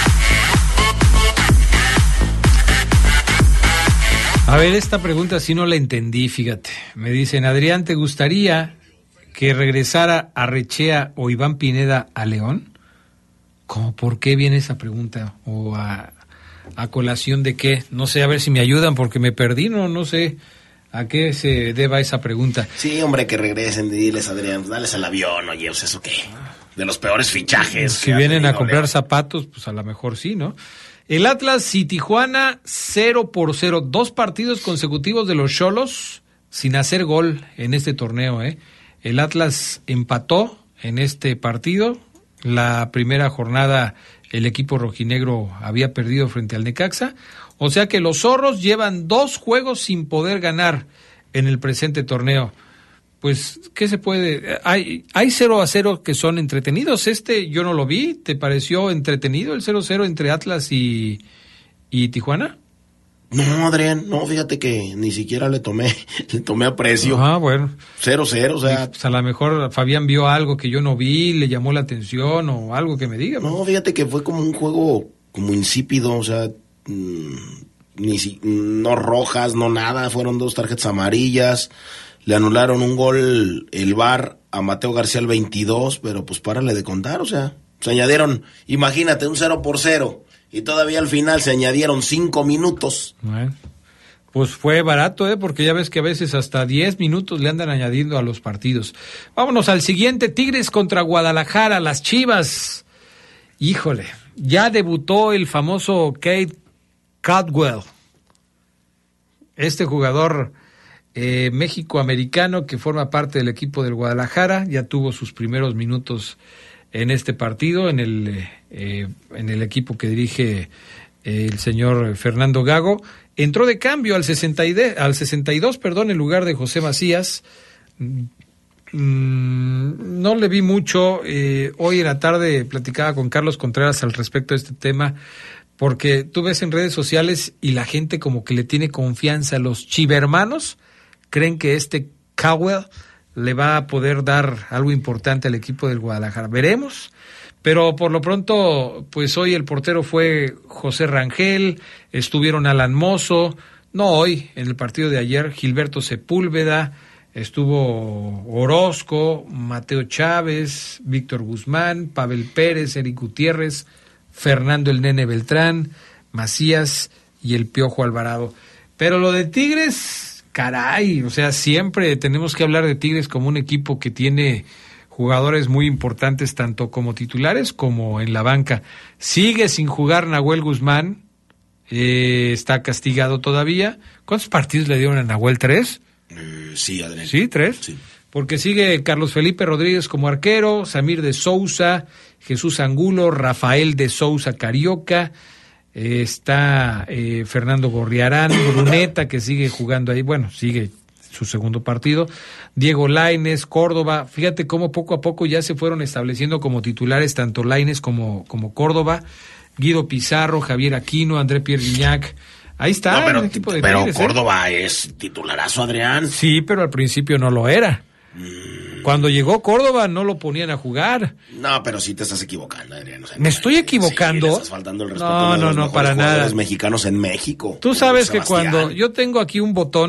A ver, esta pregunta sí no la entendí, fíjate. Me dicen, Adrián, ¿te gustaría que regresara Arrechea o Iván Pineda a León? ¿Cómo, por qué viene esa pregunta? ¿O a, a colación de qué? No sé, a ver si me ayudan porque me perdí, no, no sé. ¿A qué se deba esa pregunta? Sí, hombre, que regresen, diles, Adrián, dales el avión, oye, o sea, ¿eso qué? De los peores fichajes. Si vienen a comprar zapatos, pues a lo mejor sí, ¿no? El Atlas y Tijuana, cero por cero. Dos partidos consecutivos de los Xolos sin hacer gol en este torneo, ¿eh? El Atlas empató en este partido. La primera jornada el equipo rojinegro había perdido frente al Necaxa. O sea que los zorros llevan dos juegos sin poder ganar en el presente torneo. Pues, ¿qué se puede? Hay, hay cero a cero que son entretenidos. Este yo no lo vi. ¿Te pareció entretenido el cero a cero entre Atlas y, y Tijuana? No, Adrián, no, fíjate que ni siquiera le tomé, le tomé aprecio. Ah, bueno. cero cero, o sea. Pues a lo mejor Fabián vio algo que yo no vi, le llamó la atención o algo que me diga. No, fíjate que fue como un juego como insípido, o sea, mmm, ni si, no rojas, no nada, fueron dos tarjetas amarillas. Le anularon un gol el V A R a Mateo García al veintidós, pero pues párale de contar, o sea, se añadieron, imagínate, un cero por cero, y todavía al final se añadieron cinco minutos. Bueno, pues fue barato, ¿eh? Porque ya ves que a veces hasta diez minutos le andan añadiendo a los partidos. Vámonos al siguiente, Tigres contra Guadalajara, las Chivas. Híjole, ya debutó el famoso Kate Caldwell, este jugador Eh, México-americano que forma parte del equipo del Guadalajara, ya tuvo sus primeros minutos en este partido, en el, eh, en el equipo que dirige eh, el señor Fernando Gago. Entró de cambio al, sesenta y de, al sesenta y dos, perdón, en lugar de José Macías. Mm, no le vi mucho. Eh, hoy en la tarde platicaba con Carlos Contreras al respecto de este tema, porque tú ves en redes sociales y la gente como que le tiene confianza a los chivermanos. Creen que este Caldwell le va a poder dar algo importante al equipo del Guadalajara. Veremos, pero por lo pronto, pues hoy el portero fue José Rangel, estuvieron Alan Mozo, no hoy, en el partido de ayer, Gilberto Sepúlveda, estuvo Orozco, Mateo Chávez, Víctor Guzmán, Pavel Pérez, Eric Gutiérrez, Fernando el Nene Beltrán, Macías y el Piojo Alvarado. Pero lo de Tigres... Caray, o sea, siempre tenemos que hablar de Tigres como un equipo que tiene jugadores muy importantes, tanto como titulares como en la banca. Sigue sin jugar Nahuel Guzmán, eh, está castigado todavía. ¿Cuántos partidos le dieron a Nahuel? ¿Tres? Eh, sí, Adrián. ¿Sí, tres? Sí. Porque sigue Carlos Felipe Rodríguez como arquero, Samir de Sousa, Jesús Angulo, Rafael de Sousa Carioca. Eh, está eh, Fernando Gorriarán, Bruneta, que sigue jugando ahí, bueno, sigue su segundo partido, Diego Lainez, Córdoba. Fíjate cómo poco a poco ya se fueron estableciendo como titulares tanto Lainez como, como Córdoba, Guido Pizarro, Javier Aquino, André Pierre Guignac. Ahí está no, pero, el equipo de pero Tigres, Córdoba ¿eh? Es titularazo, Adrián. Sí, pero al principio no lo era. Mm. Cuando llegó Córdoba no lo ponían a jugar. No, pero sí te estás equivocando, Adrián. O sea, ¿Me estoy equivocando? Sí, le estás faltando el respeto no, a uno no, de los no, para nada. Mexicanos en México. Tú sabes que cuando yo tengo aquí un botón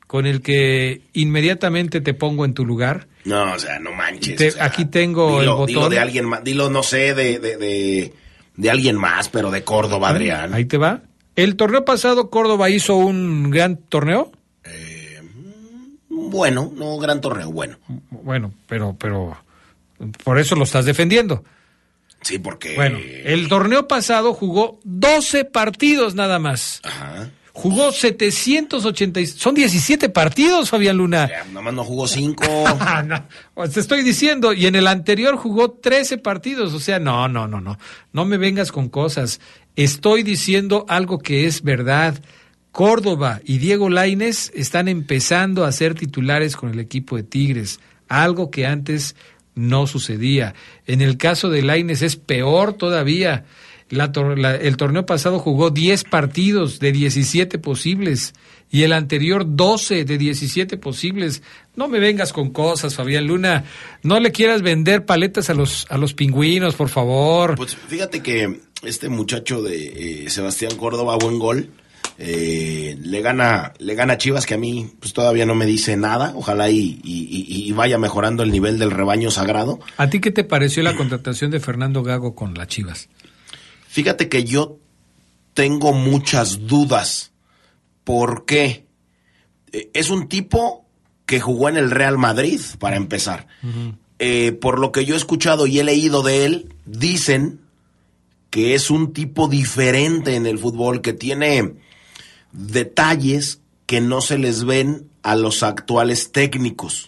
con el que inmediatamente te pongo en tu lugar. No, o sea, no manches. Te, o sea, aquí tengo dilo, el botón. Dilo de alguien más, dilo, no sé, de, de, de, de alguien más, pero de Córdoba, Adrián. Ahí te va. El torneo pasado Córdoba hizo un gran torneo. Eh, bueno, no gran torneo, bueno. Bueno, pero, pero por eso lo estás defendiendo. Sí, porque... Bueno, el torneo pasado jugó doce partidos nada más. Ajá. Jugó setecientos ochenta y... Son diecisiete partidos, Fabián Luna. Ya, nada más no jugó cinco. No, pues te estoy diciendo, y en el anterior jugó trece partidos, o sea, no, no, no, no. No me vengas con cosas. Estoy diciendo algo que es verdad. Córdoba y Diego Lainez están empezando a ser titulares con el equipo de Tigres, algo que antes no sucedía. En el caso de Lainez es peor todavía. La, la, el torneo pasado jugó diez partidos de diecisiete posibles y el anterior doce de diecisiete posibles. No me vengas con cosas, Fabián Luna. No le quieras vender paletas a los a los pingüinos, por favor. Pues fíjate que este muchacho de eh, Sebastián Córdoba, buen gol, eh, le gana le gana Chivas, que a mí pues todavía no me dice nada. Ojalá y, y, y vaya mejorando el nivel del rebaño sagrado. ¿A ti qué te pareció la contratación de Fernando Gago con las Chivas? Fíjate que yo tengo muchas dudas. ¿Por qué? Es un tipo que jugó en el Real Madrid, para empezar. Uh-huh. Eh, por lo que yo he escuchado y he leído de él, dicen que es un tipo diferente en el fútbol, que tiene detalles que no se les ven a los actuales técnicos.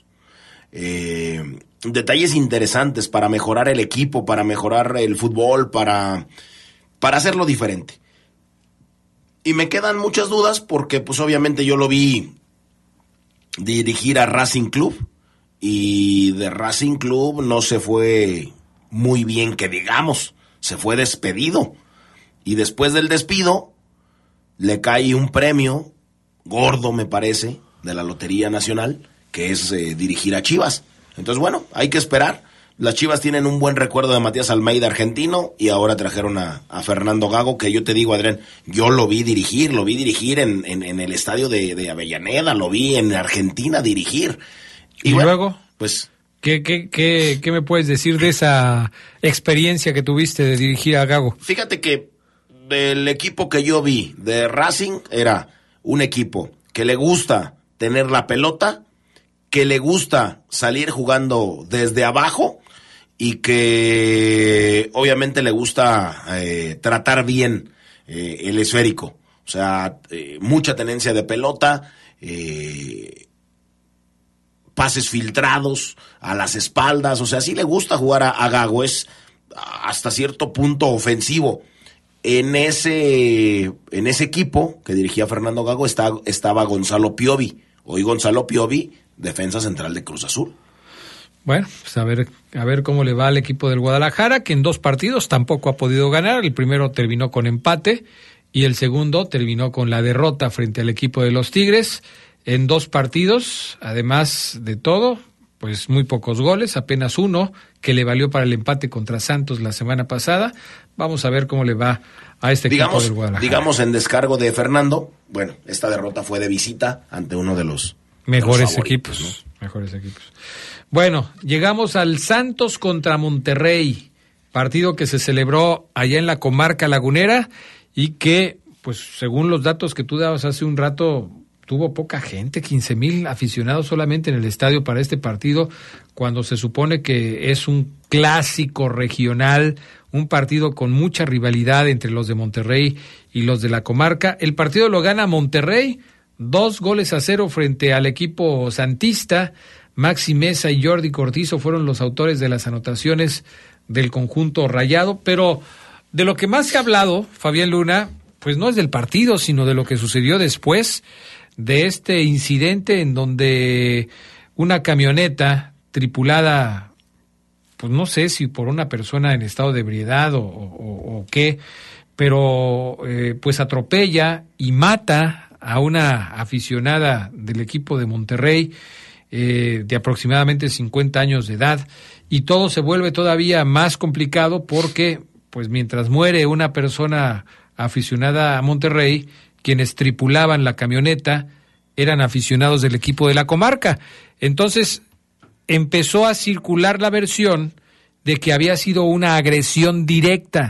Eh, detalles interesantes para mejorar el equipo, para mejorar el fútbol, para... para hacerlo diferente. Y me quedan muchas dudas porque pues obviamente yo lo vi dirigir a Racing Club y de Racing Club no se fue muy bien, que digamos, se fue despedido. Y después del despido le cae un premio gordo, me parece, de la Lotería Nacional, que es eh, dirigir a Chivas. Entonces bueno, hay que esperar. Las Chivas tienen un buen recuerdo de Matías Almeida, argentino, y ahora trajeron a, a Fernando Gago, que yo te digo, Adrián, yo lo vi dirigir, lo vi dirigir en, en, en el estadio de, de Avellaneda, lo vi en Argentina dirigir. Y, ¿Y bueno, luego, pues, ¿qué, qué, qué, ¿qué me puedes decir de esa experiencia que tuviste de dirigir a Gago? Fíjate que del equipo que yo vi de Racing era un equipo que le gusta tener la pelota, que le gusta salir jugando desde abajo, y que obviamente le gusta eh, tratar bien eh, el esférico. O sea, eh, mucha tenencia de pelota, eh, pases filtrados a las espaldas. O sea, sí le gusta jugar a, a Gago, es hasta cierto punto ofensivo. En ese, en ese equipo que dirigía Fernando Gago está, estaba Gonzalo Piovi. Hoy Gonzalo Piovi, defensa central de Cruz Azul. Bueno, pues a ver, a ver cómo le va al equipo del Guadalajara, que en dos partidos tampoco ha podido ganar. El primero terminó con empate y el segundo terminó con la derrota frente al equipo de los Tigres. En dos partidos, además de todo, pues muy pocos goles, apenas uno, que le valió para el empate contra Santos la semana pasada. Vamos a ver cómo le va a este digamos, equipo del Guadalajara. Digamos, en descargo de Fernando, bueno, esta derrota fue de visita ante uno de los mejores de los equipos, ¿no? Mejores equipos. Bueno, llegamos al Santos contra Monterrey, partido que se celebró allá en la comarca lagunera y que, pues según los datos que tú dabas hace un rato, tuvo poca gente, quince mil aficionados solamente en el estadio para este partido, cuando se supone que es un clásico regional, un partido con mucha rivalidad entre los de Monterrey y los de la comarca. El partido lo gana Monterrey, dos goles a cero frente al equipo santista. Maxi Mesa y Jordi Cortizo fueron los autores de las anotaciones del conjunto rayado, pero de lo que más se ha hablado, Fabián Luna, pues no es del partido, sino de lo que sucedió después de este incidente en donde una camioneta tripulada, pues no sé si por una persona en estado de ebriedad o, o, o qué, pero eh, pues atropella y mata a una aficionada del equipo de Monterrey, Eh, de aproximadamente cincuenta años de edad, y todo se vuelve todavía más complicado porque pues mientras muere una persona aficionada a Monterrey, quienes tripulaban la camioneta eran aficionados del equipo de la comarca. Entonces empezó a circular la versión de que había sido una agresión directa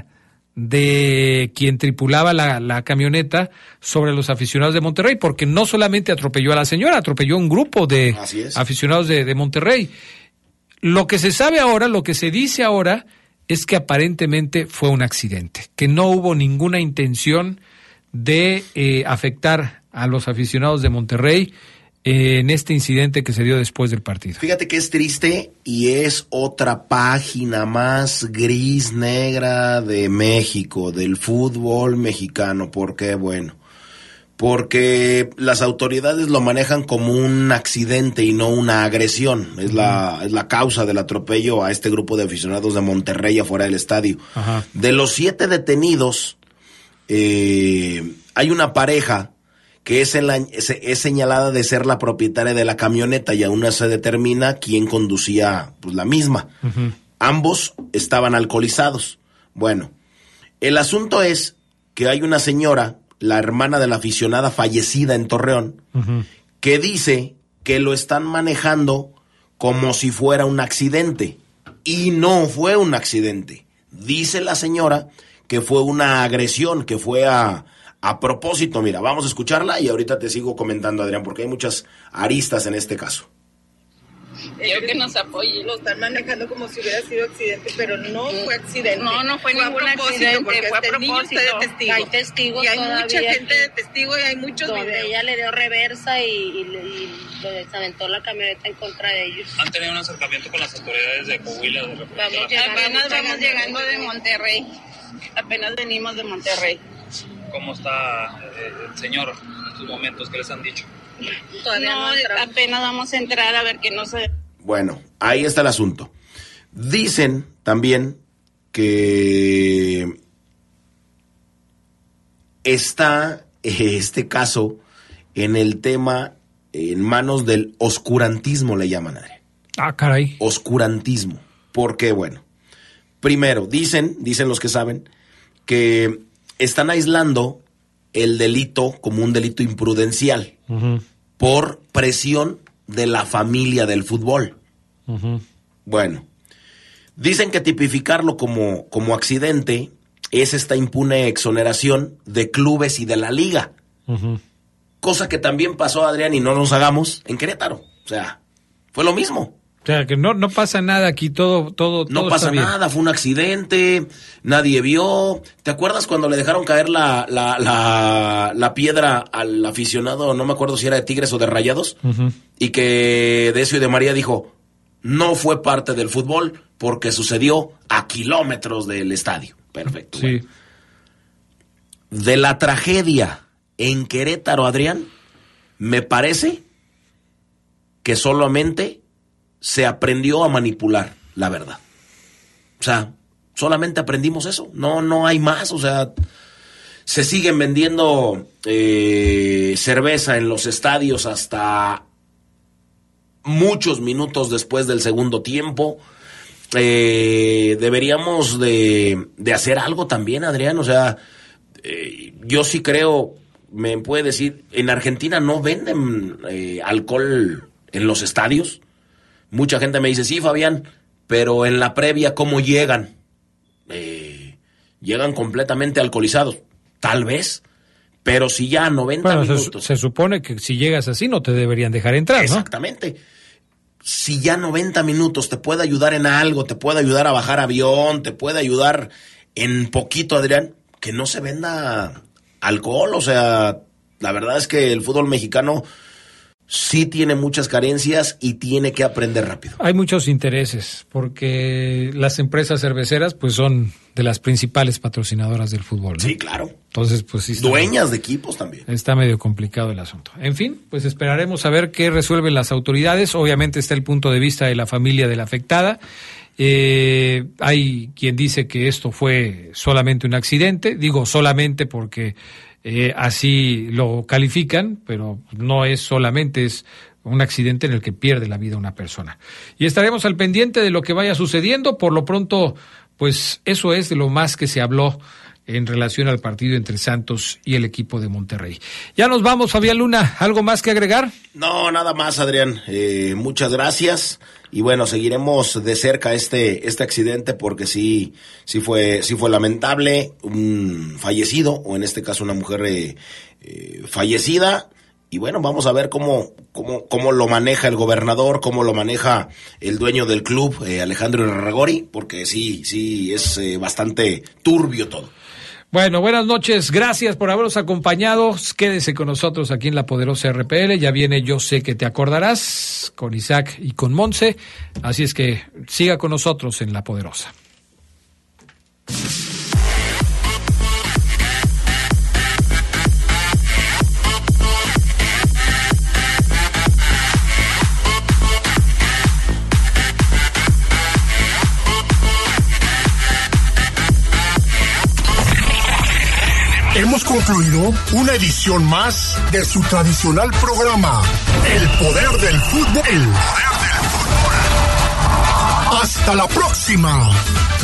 de quien tripulaba la, la camioneta sobre los aficionados de Monterrey, porque no solamente atropelló a la señora, atropelló a un grupo de aficionados de, de Monterrey. Lo que se sabe ahora, lo que se dice ahora, es que aparentemente fue un accidente, que no hubo ninguna intención de eh, afectar a los aficionados de Monterrey en este incidente que se dio después del partido. Fíjate que es triste y es otra página más gris, negra de México, del fútbol mexicano. ¿Por qué? Bueno, porque las autoridades lo manejan como un accidente y no una agresión. Es, uh-huh. la, es la causa del atropello a este grupo de aficionados de Monterrey afuera del estadio. Uh-huh. De los siete detenidos, eh, hay una pareja que es, en la, es, es señalada de ser la propietaria de la camioneta y aún no se determina quién conducía pues, la misma. Uh-huh. Ambos estaban alcoholizados. Bueno, el asunto es que hay una señora, la hermana de la aficionada fallecida en Torreón, uh-huh. que dice que lo están manejando como si fuera un accidente. Y no fue un accidente. Dice la señora que fue una agresión, que fue a... A propósito, mira, vamos a escucharla y ahorita te sigo comentando, Adrián, porque hay muchas aristas en este caso. Yo que nos apoye, lo están manejando como si hubiera sido accidente, pero no fue accidente. No, no fue, fue ningún accidente, fue a propósito. Testigo. Hay testigos y hay todavía mucha gente de testigo y hay muchos donde videos. Ella le dio reversa y, y, y les aventó la camioneta en contra de ellos. ¿Han tenido un acercamiento con las autoridades de Coahuila? De vamos llegando, apenas vamos llegando de Monterrey. Apenas venimos de Monterrey. ¿Cómo está eh, el señor en estos momentos? ¿Qué les han dicho? Todavía no, no apenas vamos a entrar a ver que no se... Bueno, ahí está el asunto. Dicen también que está este caso en el tema, en manos del oscurantismo, le llaman, Adrián. Ah, caray. Oscurantismo. Porque, bueno, primero, dicen, dicen los que saben, que están aislando el delito como un delito imprudencial uh-huh. por presión de la familia del fútbol. Uh-huh. Bueno, dicen que tipificarlo como, como accidente es esta impune exoneración de clubes y de la liga. Uh-huh. Cosa que también pasó, Adrián, y no nos hagamos, en Querétaro. O sea, fue lo mismo. O sea, que no, no pasa nada aquí, todo, todo, no todo pasa está bien. nada, fue un accidente, nadie vio. ¿Te acuerdas cuando le dejaron caer la, la, la, la piedra al aficionado, no me acuerdo si era de Tigres o de Rayados, uh-huh. y que Decio y de María dijo, no fue parte del fútbol porque sucedió a kilómetros del estadio? Perfecto. Sí. Bueno. De la tragedia en Querétaro, Adrián, me parece que solamente se aprendió a manipular la verdad. O sea, solamente aprendimos eso. No, no hay más. O sea, se siguen vendiendo eh, cerveza en los estadios hasta muchos minutos después del segundo tiempo. Eh, deberíamos de, de hacer algo también, Adrián. O sea, eh, yo sí creo, me puede decir, en Argentina no venden eh, alcohol en los estadios. Mucha gente me dice, sí, Fabián, pero en la previa, ¿cómo llegan? Eh, llegan completamente alcoholizados. Tal vez, pero si ya noventa bueno, minutos... Se, se supone que si llegas así no te deberían dejar entrar, ¿no? Exactamente. Si ya noventa minutos te puede ayudar en algo, te puede ayudar a bajar avión, te puede ayudar en poquito, Adrián, que no se venda alcohol. O sea, la verdad es que el fútbol mexicano sí tiene muchas carencias y tiene que aprender rápido. Hay muchos intereses, porque las empresas cerveceras pues son de las principales patrocinadoras del fútbol, ¿no? Sí, claro. Entonces, pues sí. Está Dueñas medio, de equipos también. Está medio complicado el asunto. En fin, pues esperaremos a ver qué resuelven las autoridades. Obviamente está el punto de vista de la familia de la afectada. Eh, hay quien dice que esto fue solamente un accidente. Digo solamente porque Eh, así lo califican, pero no es solamente, es un accidente en el que pierde la vida una persona. Y estaremos al pendiente de lo que vaya sucediendo. Por lo pronto, pues eso es de lo más que se habló en relación al partido entre Santos y el equipo de Monterrey. Ya nos vamos, Fabián Luna, ¿algo más que agregar? No, nada más, Adrián. Eh, muchas gracias. Y bueno, seguiremos de cerca este este accidente porque sí sí fue sí fue lamentable, un fallecido, o en este caso una mujer eh, eh, fallecida. Y bueno, vamos a ver cómo cómo cómo lo maneja el gobernador, cómo lo maneja el dueño del club, eh, Alejandro Irarrágorri, porque sí sí es eh, bastante turbio todo. Bueno, buenas noches, gracias por habernos acompañado, quédese con nosotros aquí en la poderosa R P L, ya viene Yo Sé Que Te Acordarás, con Isaac y con Monse, así es que siga con nosotros en la poderosa. Hemos concluido una edición más de su tradicional programa, El Poder del Fútbol. El Poder del Fútbol. Hasta la próxima.